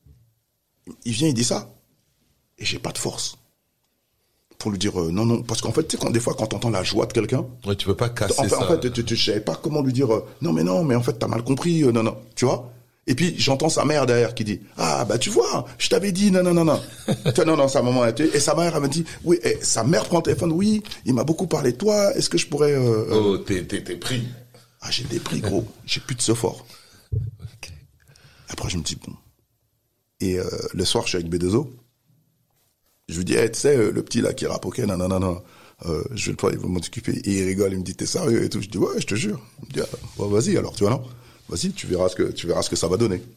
il vient, il dit ça. Et j'ai pas de force. Pour lui dire euh, non, non. Parce qu'en fait, tu sais, quand, des fois, quand t'entends la joie de quelqu'un. Ouais, tu peux pas casser en fait, ça. En fait, tu, tu, je savais pas comment lui dire euh, non, mais non, mais en fait, t'as mal compris, euh, non, non. Tu vois? Et puis, j'entends sa mère derrière qui dit, ah, bah, tu vois, je t'avais dit, non, non, non, non. non, non, sa maman a été, et sa mère, elle me dit, oui, et sa mère prend le téléphone, oui, il m'a beaucoup parlé de toi, est-ce que je pourrais, euh, Oh, t'es, t'es, t'es pris. Ah, j'ai des prix, gros. J'ai plus de ce fort. Okay. Après, je me dis, bon. Et, euh, le soir, je suis avec B deux O. Je lui dis, hey, tu sais, le petit, là, qui rappe, ok, non, non, non, non. Euh, je vais, toi, il va m'en occuper. Et il rigole, il me dit, t'es sérieux et tout. Je dis, ouais, je te jure. Il me dit, ah, bon, vas-y, alors, tu vois, non? Vas-y, tu verras ce que tu verras ce que ça va donner.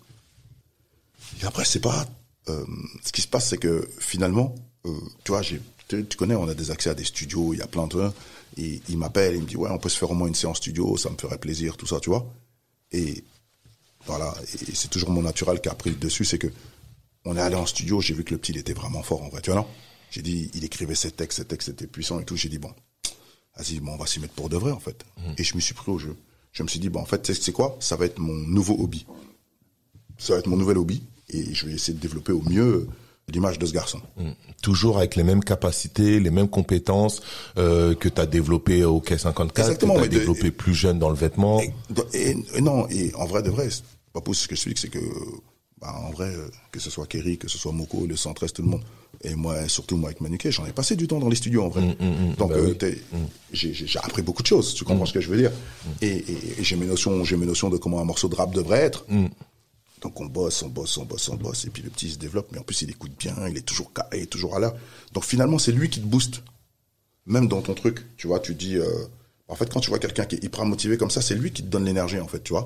Et après, c'est pas euh, ce qui se passe, c'est que finalement, euh, tu vois, j'ai, tu, tu connais, on a des accès à des studios, il y a plein de trucs. Et il m'appelle, il me dit ouais, on peut se faire au moins une séance studio, ça me ferait plaisir, tout ça, tu vois. Et voilà, et c'est toujours mon naturel qui a pris le dessus, c'est que on est allé en studio, j'ai vu que le petit il était vraiment fort en vrai, tu vois non? J'ai dit, il écrivait ses textes, ses textes étaient puissants et tout. J'ai dit bon, vas-y, bon, on va s'y mettre pour de vrai en fait. Mmh. Et je me suis pris au jeu. Je me suis dit, bon, en fait, c'est quoi? Ça va être mon nouveau hobby. Ça va être mon nouvel hobby. Et je vais essayer de développer au mieux l'image de ce garçon. Mmh. Toujours avec les mêmes capacités, les mêmes compétences euh, que tu as développées au K cinquante-quatre, exactement, que tu as développé de, plus jeune dans le vêtement. Et, et, et non, et en vrai de vrai, c'est pas pour ce que je suis, c'est que, bah, en vrai, que ce soit Kerry, que ce soit Moko, le Centreste, tout le monde, et moi, surtout moi avec Manuquet, j'en ai passé du temps dans les studios en vrai. Mmh, mmh, Donc, bah euh, oui. mmh. j'ai, j'ai appris beaucoup de choses, tu comprends mmh. ce que je veux dire. Mmh. Et, et, et j'ai mes notions, j'ai mes notions de comment un morceau de rap devrait être. Mmh. Donc on bosse, on bosse, on bosse, on bosse, et puis le petit il se développe, mais en plus il écoute bien, il est toujours carré, il est toujours à l'heure. Donc finalement c'est lui qui te booste, même dans ton truc, tu vois, tu dis, euh, en fait quand tu vois quelqu'un qui est hyper motivé comme ça, c'est lui qui te donne l'énergie en fait, tu vois.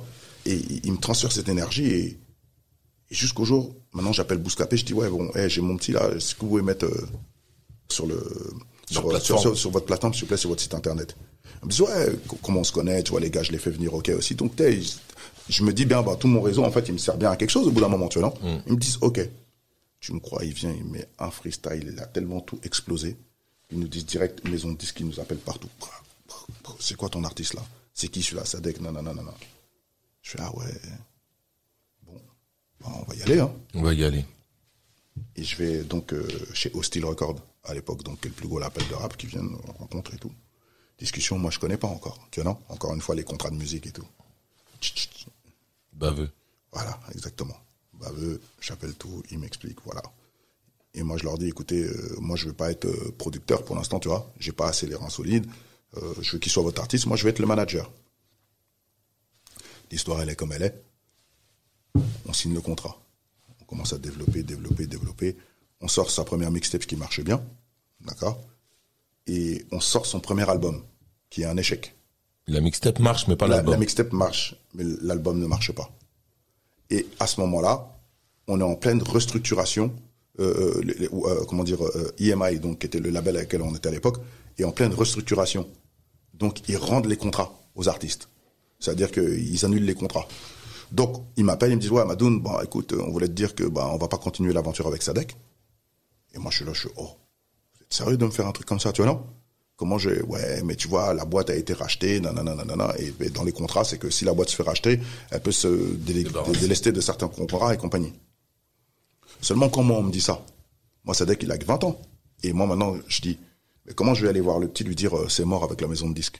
Et il me transfère cette énergie et, et jusqu'au jour, maintenant j'appelle Bouscapé, je dis ouais bon, hey, j'ai mon petit là, est-ce que vous pouvez mettre euh, sur le sur, sur, sur, sur, sur votre plateforme, s'il vous plaît, sur votre site internet. Il me dit ouais, comment on se connaît, tu vois, les gars, je les fais venir, ok aussi. Donc t'es, je, je me dis bien, bah tout mon réseau en fait, il me sert bien à quelque chose au bout d'un moment, tu vois, non mm. Ils me disent ok, tu me crois, il vient, il met un freestyle, il a tellement tout explosé. Ils nous disent direct, maison de disques, ils nous appellent partout. C'est quoi ton artiste là? C'est qui celui-là? Sadek, non, non, non, non. Je fais, ah ouais, bon, bah, on va y aller, hein. On va y aller. Et je vais donc euh, chez Hostile Record, à l'époque, donc, qui est le plus gros label de rap, qui vient nous rencontrer et tout. Discussion, moi, je connais pas encore, tu vois, non? Encore une fois, les contrats de musique et tout. Baveux. Voilà, exactement. Baveux, j'appelle tout, il m'explique, voilà. Et moi, je leur dis, écoutez, euh, moi, je veux pas être euh, producteur pour l'instant, tu vois. J'ai pas assez les reins solides. Euh, je veux qu'il soit votre artiste. Moi, je vais être le manager. L'histoire, elle est comme elle est. On signe le contrat. On commence à développer, développer, développer. On sort sa première mixtape qui marche bien. D'accord? Et on sort son premier album, qui est un échec. La mixtape marche, mais pas la, l'album. La mixtape marche, mais l'album ne marche pas. Et à ce moment-là, on est en pleine restructuration. Euh, les, les, euh, comment dire, euh, E M I, donc qui était le label avec lequel on était à l'époque, est en pleine restructuration. Donc ils rendent les contrats aux artistes. C'est-à-dire qu'ils annulent les contrats. Donc ils m'appellent, ils me disent ouais Madoun, bon écoute, on voulait te dire que bah on va pas continuer l'aventure avec Sadek. Et moi je suis là, je suis oh, vous êtes sérieux de me faire un truc comme ça, tu vois non? Comment j'ai ouais mais tu vois la boîte a été rachetée, nanana nanana, et, et dans les contrats c'est que si la boîte se fait racheter, elle peut se délé- délester de certains contrats et compagnie. Seulement quand moi on me dit ça, moi Sadek il a que vingt ans. Et moi maintenant je dis, mais comment je vais aller voir le petit lui dire euh, c'est mort avec la maison de disques?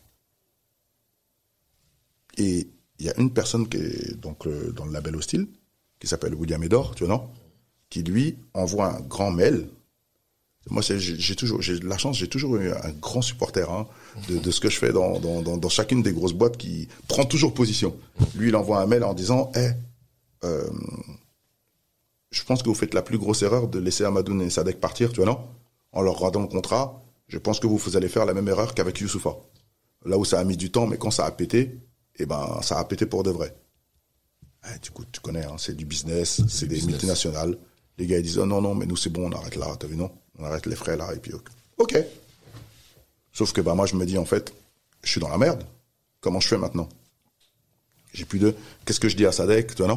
Et il y a une personne qui est donc euh, dans le label Hostile, qui s'appelle William Edor, tu vois non? Qui lui envoie un grand mail. Moi c'est, j'ai, j'ai toujours, j'ai la chance, j'ai toujours eu un grand supporter hein, de, de ce que je fais dans, dans, dans, dans chacune des grosses boîtes qui prend toujours position. Lui il envoie un mail en disant, hé, hey, euh, je pense que vous faites la plus grosse erreur de laisser Amadoun et Sadek partir, tu vois, non? En leur rendant le contrat, je pense que vous allez faire la même erreur qu'avec Youssoufa. Là où ça a mis du temps, mais quand ça a pété, eh ben, ça a pété pour de vrai. Eh, du coup, tu connais, hein, c'est du business, c'est, c'est des business. Multinationales. Les gars, ils disent, oh non, non, mais nous, c'est bon, on arrête là, t'as vu, non? On arrête les frais là, et puis, ok. Ok. Sauf que, bah, moi, je me dis, en fait, je suis dans la merde. Comment je fais maintenant? J'ai plus de, qu'est-ce que je dis à Sadek, toi, non?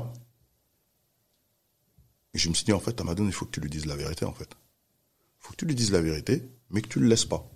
Et je me suis dit, en fait, Amadoun, il faut que tu lui dises la vérité, en fait. Il faut que tu lui dises la vérité, mais que tu le laisses pas.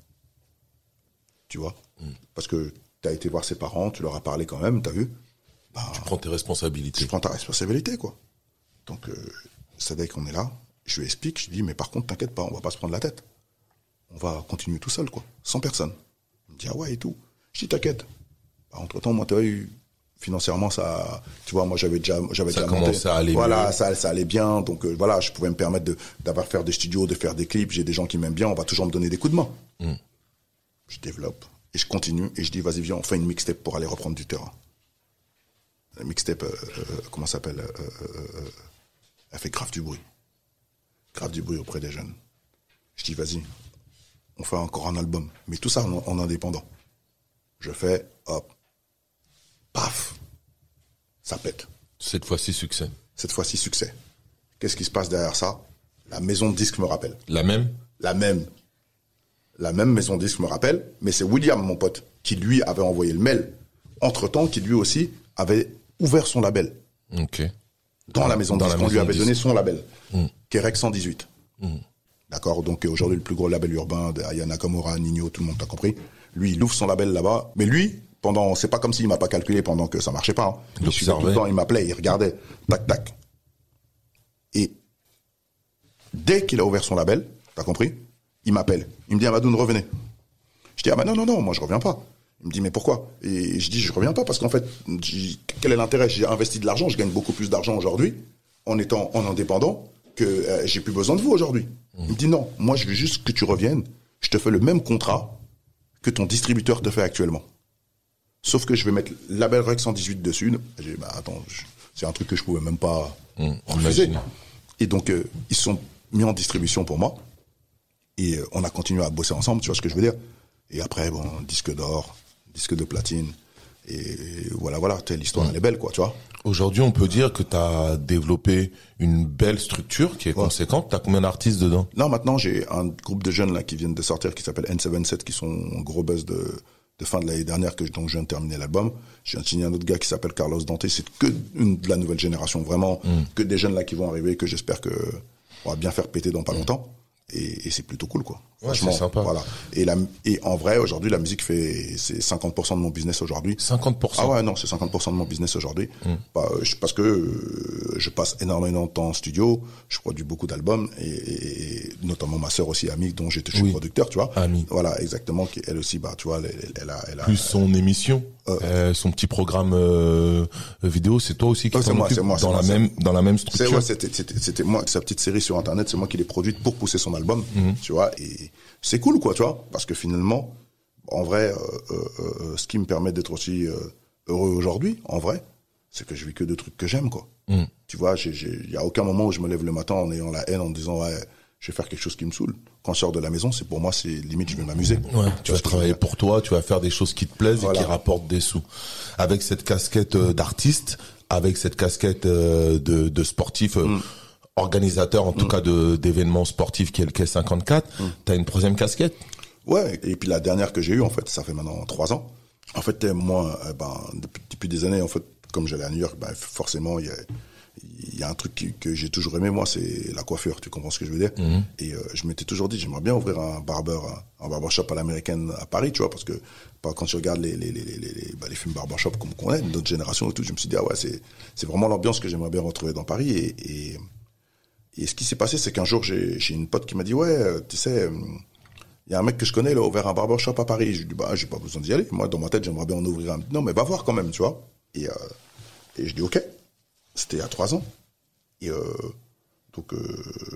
Tu vois? Mm. Parce que tu as été voir ses parents, tu leur as parlé quand même, t'as vu? Bah, tu prends tes responsabilités. Tu prends ta responsabilité, quoi. Donc, euh, Sadek, on est là, je lui explique, je lui dis, mais par contre, t'inquiète pas, on va pas se prendre la tête. On va continuer tout seul, quoi. Sans personne. Il me dit, ah ouais, et tout. Je dis, t'inquiète. Bah, entre-temps, moi, t'as eu... Financièrement, ça, tu vois, moi j'avais déjà, j'avais ça déjà monté. À aller voilà, mieux. ça, ça allait bien. Donc euh, voilà, je pouvais me permettre de, d'avoir faire des studios, de faire des clips. J'ai des gens qui m'aiment bien. On va toujours me donner des coups de main. Mm. Je développe et je continue et je dis vas-y viens, on fait une mixtape pour aller reprendre du terrain. La mixtape, euh, euh, comment ça s'appelle euh, euh, elle fait grave du bruit, grave du bruit auprès des jeunes. Je dis vas-y, on fait encore un album, mais tout ça en, en indépendant. Je fais hop. Paf, ça pète. Cette fois-ci, succès. Cette fois-ci, succès. Qu'est-ce qui se passe derrière ça? La maison de disques me rappelle. La même? La même. La même maison de disques me rappelle, mais c'est William, mon pote, qui lui avait envoyé le mail. Entre-temps, qui lui aussi avait ouvert son label. Ok. Dans la maison de disques, on lui avait donné son label, mm. Kerek cent dix-huit. Mm. D'accord? Donc aujourd'hui, le plus gros label urbain, Aya Nakamura, Nino, tout le monde t'a compris. Lui, il ouvre son label là-bas, mais lui... Pendant, c'est pas comme s'il m'a pas calculé pendant que ça marchait pas. Hein. Il suivait tout le temps, il m'appelait, il regardait, tac, tac. Et dès qu'il a ouvert son label, t'as compris? Il m'appelle. Il me dit, Amadoun, revenez. Je dis, ah bah non, non, non, moi je reviens pas. Il me dit, mais pourquoi? Et je dis, je reviens pas parce qu'en fait, quel est l'intérêt? J'ai investi de l'argent, je gagne beaucoup plus d'argent aujourd'hui en étant en indépendant que euh, j'ai plus besoin de vous aujourd'hui. Mmh. Il me dit, non, moi je veux juste que tu reviennes, je te fais le même contrat que ton distributeur te fait actuellement. Sauf que je vais mettre label Rec cent dix-huit dessus. J'ai dit, bah attends, je, c'est un truc que je pouvais même pas mmh, refuser. Et donc, euh, ils se sont mis en distribution pour moi. Et euh, on a continué à bosser ensemble, tu vois ce que je veux dire. Et après, bon, disque d'or, disque de platine, Et voilà, voilà, l'histoire, ouais. elle est belle, quoi, tu vois. Aujourd'hui, on peut dire que tu as développé une belle structure qui est ouais. conséquente. Tu as combien d'artistes dedans? Non, maintenant, j'ai un groupe de jeunes là qui viennent de sortir qui s'appelle N soixante-dix-sept, qui sont en gros buzz de, de fin de l'année dernière, que donc je viens de terminer l'album. J'ai signé un autre gars qui s'appelle Carlos Dante. C'est que une, de la nouvelle génération, vraiment, mm. que des jeunes là qui vont arriver, que j'espère que on va bien faire péter dans pas longtemps. Et, et c'est plutôt cool, quoi. Ouais, franchement, c'est sympa. Voilà. Et la, et en vrai, aujourd'hui, la musique fait, c'est cinquante pour cent de mon business aujourd'hui. cinquante pour cent. Ah ouais, non, c'est cinquante pour cent de mon business aujourd'hui. Mm. Bah, parce que euh, je passe énormément de temps en studio, je produis beaucoup d'albums, et, et notamment ma sœur aussi, Amie, dont j'étais, je suis oui. producteur, tu vois. Amie. Voilà, exactement, qui, elle aussi, bah, tu vois, elle, elle a, elle a. Plus son émission, euh, euh, son petit programme, euh, vidéo, c'est toi aussi qui oh, t'en moi, occupe moi, dans la moi, même, dans la même structure. C'est, ouais, c'était, c'était, c'était moi, sa petite série sur Internet, c'est moi qui l'ai produite pour pousser son album, mm-hmm. tu vois, et c'est cool, quoi, tu vois, parce que finalement, en vrai, euh, euh, euh, ce qui me permet d'être aussi euh, heureux aujourd'hui, en vrai, c'est que je vis que de trucs que j'aime, quoi. Mm. Tu vois, il y a aucun moment où je me lève le matin en ayant la haine, en me disant ouais, je vais faire quelque chose qui me saoule. Quand je sors de la maison, c'est pour moi, c'est limite, je vais m'amuser. Ouais, tu, tu vas travailler pour toi, tu vas faire des choses qui te plaisent voilà. et qui rapportent des sous. Avec cette casquette euh, d'artiste, avec cette casquette euh, de, de sportif. Euh, mm. organisateur en tout mmh. cas de d'événements sportifs qui est le Quai cinquante-quatre, mmh. t'as une troisième casquette? Ouais, et puis la dernière que j'ai eue, en fait, ça fait maintenant trois ans. En fait, moi, euh, ben, depuis, depuis des années, en fait, comme j'allais à New York, ben, forcément, il y a, il y a un truc qui, que j'ai toujours aimé, moi, c'est la coiffure, tu comprends ce que je veux dire? Mmh. Et euh, je m'étais toujours dit, j'aimerais bien ouvrir un barber, un, un barbershop à l'américaine à Paris, tu vois, parce que bah, quand tu regardes les les les les les, bah, les films barbershop comme qu'on est, notre génération et tout, je me suis dit, ah ouais, c'est c'est vraiment l'ambiance que j'aimerais bien retrouver dans Paris. Et, et Et ce qui s'est passé, c'est qu'un jour, j'ai, j'ai une pote qui m'a dit, ouais, tu sais, il y a un mec que je connais, il a ouvert un barbershop à Paris. Je lui dis, bah, j'ai pas besoin d'y aller. Moi, dans ma tête, j'aimerais bien en ouvrir un. Non, mais va voir quand même, tu vois. Et, euh, et je dis, ok. C'était il y a trois ans. Et, euh, donc, euh,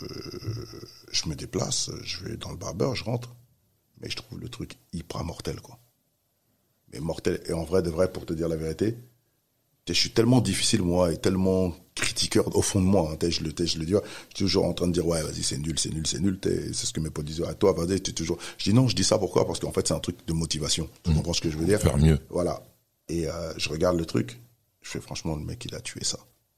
je me déplace, je vais dans le barber, je rentre. Mais je trouve le truc hyper mortel, quoi. Mais mortel. Et en vrai, de vrai, pour te dire la vérité, je suis tellement difficile, moi, et tellement critiqueur au fond de moi. Hein, je le, je le dis, je suis toujours en train de dire, ouais, vas-y, c'est nul, c'est nul, c'est nul. C'est ce que mes potes disent. À toi, vas-y, tu es toujours. Je dis non, je dis ça pourquoi? Parce qu'en fait, c'est un truc de motivation. Tu mmh. comprends ce que je veux dire? Faire mieux. Voilà. Et euh, je regarde le truc. Je fais, franchement, le mec, il a tué ça.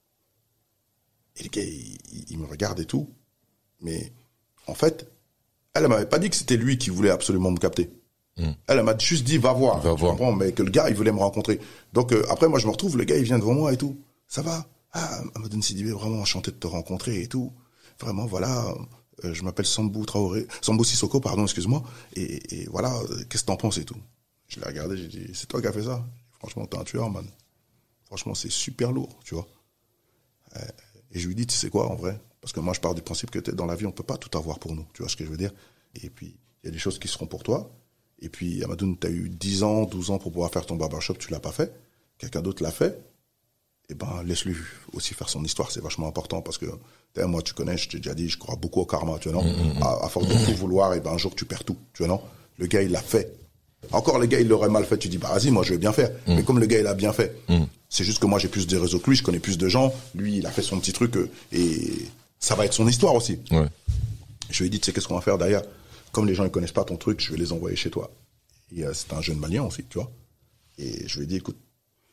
Et le gars, il, il me regarde et tout. Mais en fait, elle ne m'avait pas dit que c'était lui qui voulait absolument me capter. Mmh. Elle, elle m'a juste dit, va voir. Va voir. Comprends, mais que le gars, il voulait me rencontrer. Donc, euh, après, moi, je me retrouve, le gars, il vient devant moi et tout. Ça va? Ah, Amadou Sidibé, vraiment enchanté de te rencontrer et tout. Vraiment, voilà, euh, je m'appelle Sambou Traoré, Sambou Sissoko, pardon, excuse-moi. Et, et voilà, euh, qu'est-ce que t'en penses et tout? Je l'ai regardé, j'ai dit, c'est toi qui as fait ça? Franchement, t'es un tueur, man. Franchement, c'est super lourd, tu vois. Euh, et je lui dis, tu sais quoi, en vrai? Parce que moi, je pars du principe que dans la vie, on peut pas tout avoir pour nous. Tu vois ce que je veux dire? Et puis, il y a des choses qui seront pour toi. Et puis, Amadou, t'as eu dix ans, douze ans pour pouvoir faire ton barbershop, tu l'as pas fait. Quelqu'un d'autre l'a fait. Eh ben, laisse-lui aussi faire son histoire, c'est vachement important parce que, moi, tu connais, je t'ai déjà dit, je crois beaucoup au karma, tu vois, non? Mmh, mmh. À, à force de tout vouloir, et ben, un jour, tu perds tout, tu vois, non? Le gars, il l'a fait. Encore, le gars, il l'aurait mal fait, tu dis, bah, vas-y, moi, je vais bien faire. Mmh. Mais comme le gars, il a bien fait, mmh. c'est juste que moi, j'ai plus de réseaux que lui, je connais plus de gens, lui, il a fait son petit truc, euh, et ça va être son histoire aussi. Ouais. Je lui ai dit, tu sais, qu'est-ce qu'on va faire derrière? Comme les gens, ils connaissent pas ton truc, je vais les envoyer chez toi. Et euh, c'est un jeune malien aussi, tu vois. Et je lui ai dit, écoute,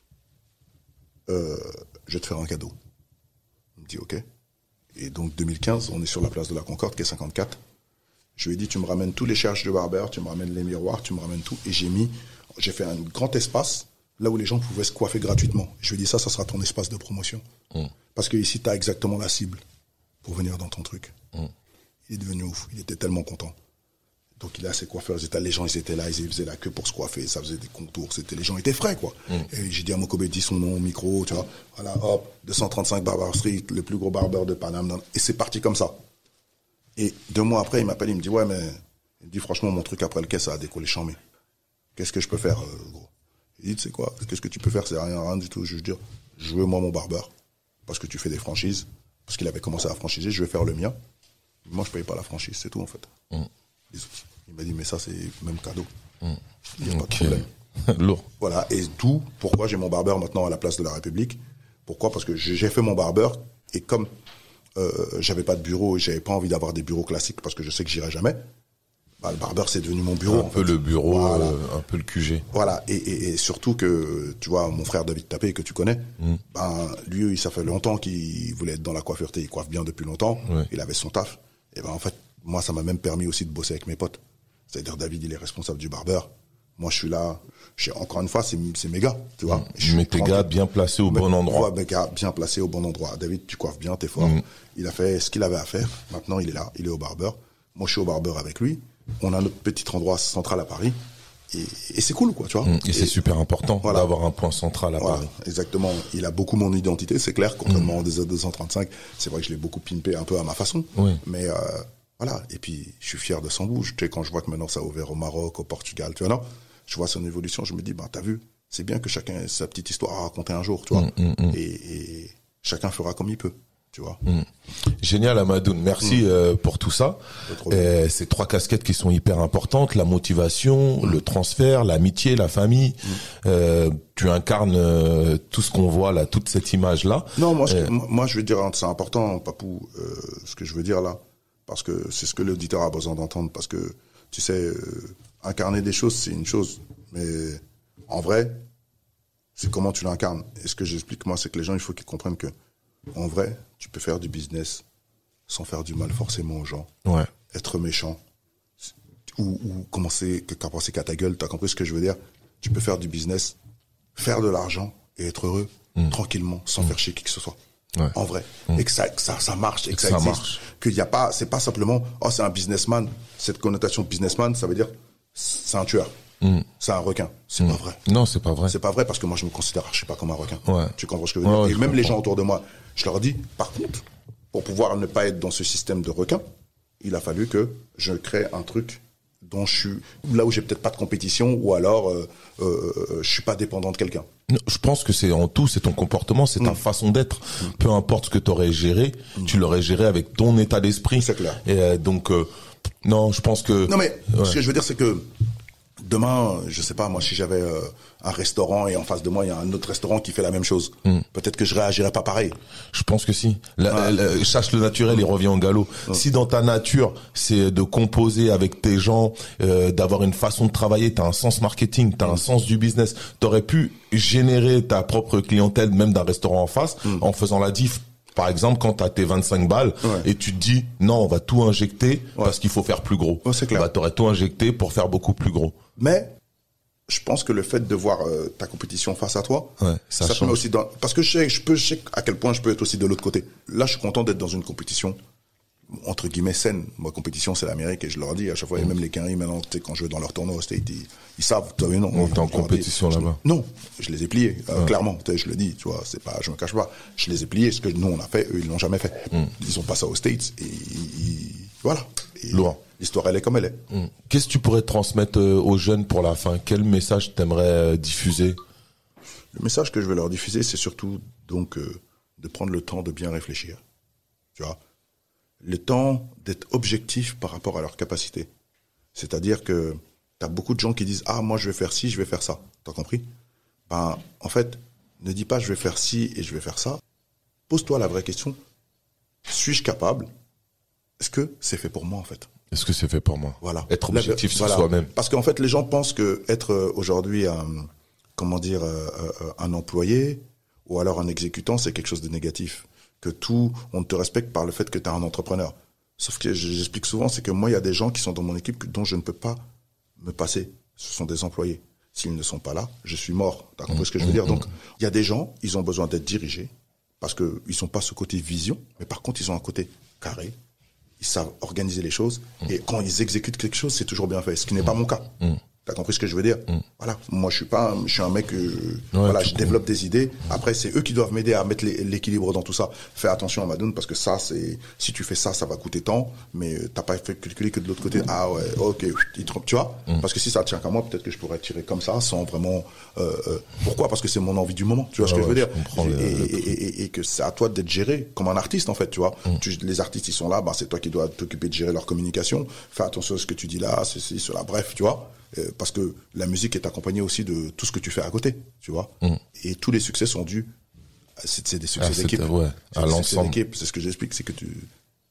euh, je vais te faire un cadeau. Il me dit, ok. Et donc, deux mille quinze, on est sur la place de la Concorde, Quai cinquante-quatre. Je lui ai dit, tu me ramènes tous les cherches de barber, tu me ramènes les miroirs, tu me ramènes tout. Et j'ai mis, j'ai fait un grand espace, là où les gens pouvaient se coiffer gratuitement. Je lui ai dit, ça, ça sera ton espace de promotion. Mmh. Parce que ici, tu as exactement la cible pour venir dans ton truc. Mmh. Il est devenu ouf. Il était tellement content. Donc il a ses coiffeurs, ils étaient, les gens ils étaient là, ils faisaient la queue pour se coiffer, ça faisait des contours, c'était, les gens étaient frais quoi. Mm. Et j'ai dit à Mokobe, dis son nom au micro, tu vois, voilà, hop, deux cent trente-cinq Barber Street, le plus gros barbeur de Paname, et c'est parti comme ça. Et deux mois après, il m'appelle, il me dit, ouais, mais, il me dit, franchement, mon truc après le quai, ça a décollé chambé. Qu'est-ce que je peux faire, euh, gros? Il dit, tu sais quoi, qu'est-ce que tu peux faire? C'est rien, rien du tout, je veux dire, je veux moi mon barbeur, parce que tu fais des franchises, parce qu'il avait commencé à franchiser, je vais faire le mien. Moi, je paye pas la franchise, c'est tout en fait. Mm. Les outils. Il m'a dit, mais ça, c'est même cadeau. Mmh. Il n'y a okay. pas de problème. Lourd. Voilà. Et d'où, pourquoi j'ai mon barbeur maintenant à la place de la République. Pourquoi? Parce que j'ai fait mon barbeur et comme euh, j'avais pas de bureau et j'avais pas envie d'avoir des bureaux classiques parce que je sais que j'irai jamais, Bah, le barbeur, c'est devenu mon bureau. Un peu fait. le bureau, voilà. euh, un peu le Q G. Voilà, et, et, et surtout que, tu vois, mon frère David Tapé, que tu connais, mm. ben, lui, ça fait longtemps qu'il voulait être dans la coiffure, il coiffe bien depuis longtemps, ouais. Il avait son taf. Et ben, en fait, moi, ça m'a même permis aussi de bosser avec mes potes. C'est-à-dire, David, il est responsable du barbeur. Moi, je suis là, je suis, encore une fois, c'est, c'est mes gars, tu vois. Mm. Je mets tes gars bien placés au mais, bon endroit. Ouais, mes gars bien placés au bon endroit. David, tu coiffes bien, t'es fort. Mm. Il a fait ce qu'il avait à faire. Maintenant, il est là, il est au barbeur. Moi, je suis au barbeur avec lui. On a notre petit endroit central à Paris. Et, et c'est cool, quoi, tu vois. Mmh, et, et c'est super important voilà. d'avoir un point central à voilà, Paris. Exactement. Il a beaucoup mon identité, c'est clair. Contrairement mmh. aux deux cent trente-cinq, c'est vrai que je l'ai beaucoup pimpé un peu à ma façon. Oui. Mais euh, voilà. Et puis, je suis fier de son bouge. Tu sais, quand je vois que maintenant ça a ouvert au Maroc, au Portugal, tu vois, non, je vois son évolution, je me dis, bah, t'as vu, c'est bien que chacun ait sa petite histoire à raconter un jour, tu vois. Mmh, mmh. Et, et chacun fera comme il peut. Tu vois. Mmh. Génial, Amadoun. Merci mmh. euh, pour tout ça. Euh, ces trois casquettes qui sont hyper importantes, la motivation, mmh. le transfert, l'amitié, la famille. Mmh. Euh, tu incarnes euh, tout ce qu'on voit là, toute cette image-là. Non, moi, euh, je, moi, je veux dire, c'est important, Papou, euh, ce que je veux dire là, parce que c'est ce que l'auditeur a besoin d'entendre, parce que, tu sais, euh, incarner des choses, c'est une chose, mais en vrai, c'est comment tu l'incarnes. Et ce que j'explique, moi, c'est que les gens, il faut qu'ils comprennent que, en vrai, tu peux faire du business sans faire du mal forcément aux gens. Ouais. Être méchant ou, ou commencer qu'à penser qu'à ta gueule. T'as compris ce que je veux dire? Tu peux faire du business, faire de l'argent et être heureux mmh. tranquillement, sans mmh. faire chier qui que ce soit. Ouais. En vrai. Mmh. Et que ça, que ça, ça marche et que, que ça, ça existe. Marche. Qu'il y a pas, c'est pas simplement, oh, c'est un businessman. Cette connotation businessman, ça veut dire, c'est un tueur. Mmh. C'est un requin. C'est mmh. pas vrai. Non, c'est pas vrai. C'est pas vrai parce que moi, je me considère, je sais pas comme un requin. Ouais. Tu comprends ce que je veux dire? Ouais, et même comprends. les gens autour de moi, je leur dis, par contre, pour pouvoir ne pas être dans ce système de requin, il a fallu que je crée un truc dont je suis, là où j'ai peut-être pas de compétition, ou alors, euh, euh, je suis pas dépendant de quelqu'un. Je pense que c'est en tout, c'est ton comportement, c'est ta mmh. façon d'être. Mmh. Peu importe ce que tu aurais géré, mmh. tu l'aurais géré avec ton état d'esprit. C'est clair. Et euh, donc, euh, non, je pense que... Non mais, ouais. ce que je veux dire, c'est que demain, je sais pas, moi, si j'avais euh, un restaurant et en face de moi, il y a un autre restaurant qui fait la même chose, mm. peut-être que je réagirais pas pareil. Je pense que si. La, ah. la, chasse le naturel, mm. il revient au galop. Mm. Si dans ta nature, c'est de composer avec tes gens, euh, d'avoir une façon de travailler, t'as un sens marketing, t'as mm. un sens du business, t'aurais pu générer ta propre clientèle, même d'un restaurant en face, mm. en faisant la diff. Par exemple, quand t'as tes vingt-cinq balles ouais. et tu te dis non, on va tout injecter ouais. parce qu'il faut faire plus gros. Ouais, c'est clair. Bah, t'aurais tout injecté pour faire beaucoup plus gros. Mais je pense que le fait de voir euh, ta compétition face à toi, ouais, ça, ça te met aussi dans, parce que je sais, je peux, je sais à quel point je peux être aussi de l'autre côté. Là, je suis content d'être dans une compétition entre guillemets saine. Ma compétition, c'est l'Amérique et je leur dis à chaque fois, mmh. et même les Quinry maintenant, tu sais, quand je vais dans leur tournoi au State, ils, ils savent, tu vois, non. On est en compétition dis, là-bas. Je, non, je les ai pliés, euh, ouais. clairement, tu sais, je le dis, tu vois, c'est pas, je me cache pas. Je les ai pliés, ce que nous on a fait, eux ils l'ont jamais fait. Mmh. Ils ont passé aux States et ils, voilà. Et loin. L'histoire elle est comme elle est. Mmh. Qu'est-ce que tu pourrais transmettre euh, aux jeunes pour la fin? Quel message t'aimerais euh, diffuser? Le message que je vais leur diffuser, c'est surtout donc euh, de prendre le temps de bien réfléchir. Tu vois, le temps d'être objectif par rapport à leurs capacités. C'est-à-dire que t'as beaucoup de gens qui disent « Ah, moi, je vais faire ci, je vais faire ça. » T'as compris? Ben, en fait, ne dis pas « Je vais faire ci et je vais faire ça ». Pose-toi la vraie question. Suis-je capable? Est-ce que c'est fait pour moi, en fait? Est-ce que c'est fait pour moi? Voilà. Être objectif la, sur voilà. soi-même. Parce qu'en fait, les gens pensent que être aujourd'hui un, comment dire, un employé ou alors un exécutant, c'est quelque chose de négatif. Que tout, on te respecte par le fait que tu es un entrepreneur. Sauf que j'explique souvent, c'est que moi, il y a des gens qui sont dans mon équipe dont je ne peux pas me passer. Ce sont des employés. S'ils ne sont pas là, je suis mort. T'as compris mmh, ce que je veux mmh, dire? Donc, il y a des gens, ils ont besoin d'être dirigés parce que ils sont pas ce côté vision, mais par contre, ils ont un côté carré. Ils savent organiser les choses mmh. et quand ils exécutent quelque chose, c'est toujours bien fait. Ce qui n'est mmh. pas mon cas. Mmh. T'as compris ce que je veux dire? mm. Voilà. Moi, je suis pas, un, je suis un mec, euh, ouais, voilà, je cool. développe des idées. Après, c'est eux qui doivent m'aider à mettre les, l'équilibre dans tout ça. Fais attention à Amadoun, parce que ça, c'est, si tu fais ça, ça va coûter tant, mais t'as pas fait calculer que de l'autre côté, mm. ah ouais, ok, il trompe, tu vois? Mm. Parce que si ça tient qu'à moi, peut-être que je pourrais tirer comme ça, sans vraiment, euh, euh, pourquoi? Parce que c'est mon envie du moment. Tu vois ah ce que ouais, je veux dire? Et, et, et, et, et que c'est à toi d'être géré comme un artiste, en fait, tu vois? Mm. Tu, les artistes, ils sont là, bah, c'est toi qui dois t'occuper de gérer leur communication. Fais attention à ce que tu dis là, ceci, cela, bref, tu vois? Parce que la musique est accompagnée aussi de tout ce que tu fais à côté, tu vois. Mm. Et tous les succès sont dus, c'est, c'est des succès ah, d'équipe. Ouais, à c'est l'ensemble. d'équipe. C'est ce que j'explique, c'est que tu,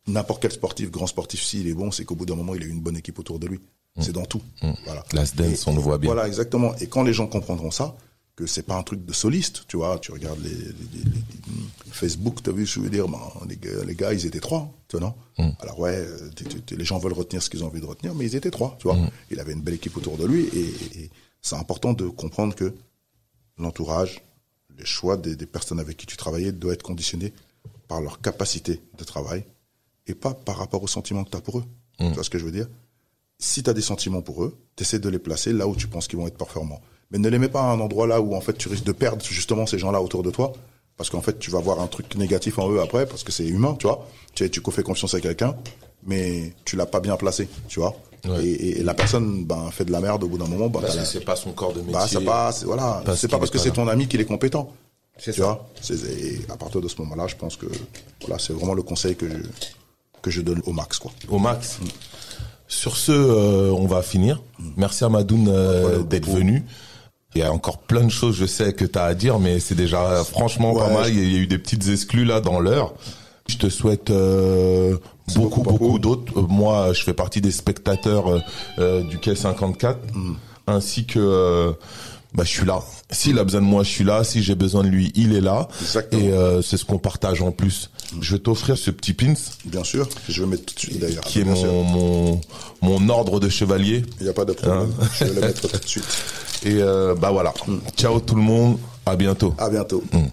n'importe quel sportif, grand sportif, s'il est bon, c'est qu'au bout d'un moment, il a une bonne équipe autour de lui. Mmh. C'est dans tout. Mmh. Voilà. Last Dance, on le voit bien. Voilà, exactement. Et quand les gens comprendront ça, que c'est pas un truc de soliste, tu vois, tu regardes les, les, les, les Facebook, t'as vu, je veux dire, ben, les, gars, les gars, ils étaient trois, tu vois, non mmh. Alors ouais, t- t- t- les gens veulent retenir ce qu'ils ont envie de retenir, mais ils étaient trois, tu vois. Mmh. Il avait une belle équipe autour de lui, et, et c'est important de comprendre que l'entourage, les choix des, des personnes avec qui tu travaillais doivent être conditionnés par leur capacité de travail, et pas par rapport aux sentiments que tu as pour eux. Mmh. Tu vois ce que je veux dire? Si tu as des sentiments pour eux, tu essaies de les placer là où tu penses qu'ils vont être performants. Mais ne les mets pas à un endroit là où en fait tu risques de perdre justement ces gens-là autour de toi, parce qu'en fait tu vas voir un truc négatif en eux après, parce que c'est humain, tu vois. Tu, tu fais confiance à quelqu'un, mais tu l'as pas bien placé, tu vois. Ouais. Et, et la personne ben fait de la merde au bout d'un moment. Ben, parce que la... c'est pas son corps de métier. Bah, c'est pas, c'est, voilà, parce c'est pas parce que pas c'est là. ton ami qu'il est compétent. C'est tu ça. vois. C'est, et à partir de ce moment-là, je pense que voilà, c'est vraiment le conseil que je, que je donne au max, quoi. Au max. Mmh. Sur ce, euh, on va finir. Mmh. Merci à Madoun euh, voilà, d'être beaucoup. venu. Il y a encore plein de choses, je sais, que tu as à dire, mais c'est déjà franchement ouais, pas mal. Je... Il y a eu des petites exclus là dans l'heure. Je te souhaite euh, beaucoup, beaucoup, beaucoup d'autres. Euh, moi, je fais partie des spectateurs euh, du Quai cinquante-quatre, mmh. ainsi que euh, bah, je suis là. S'il a besoin de moi, je suis là. Si j'ai besoin de lui, il est là. Exactement. Et euh, c'est ce qu'on partage en plus. Mmh. Je vais t'offrir ce petit pins. Bien sûr. Je vais mettre tout de suite d'ailleurs. Qui est mon, mon mon ordre de chevalier. Il n'y a pas de problème. Hein je vais le mettre tout de suite. Et euh, bah voilà. Mmh. Ciao tout le monde. À bientôt. À bientôt. Mmh.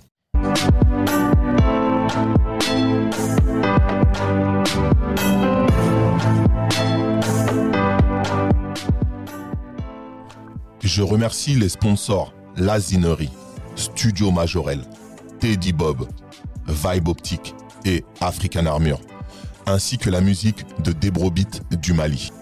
Je remercie les sponsors Lazinerie, Studio Majorel, Teddy Bob, Vibe Optique et African Armure, ainsi que la musique de Debrobit du Mali.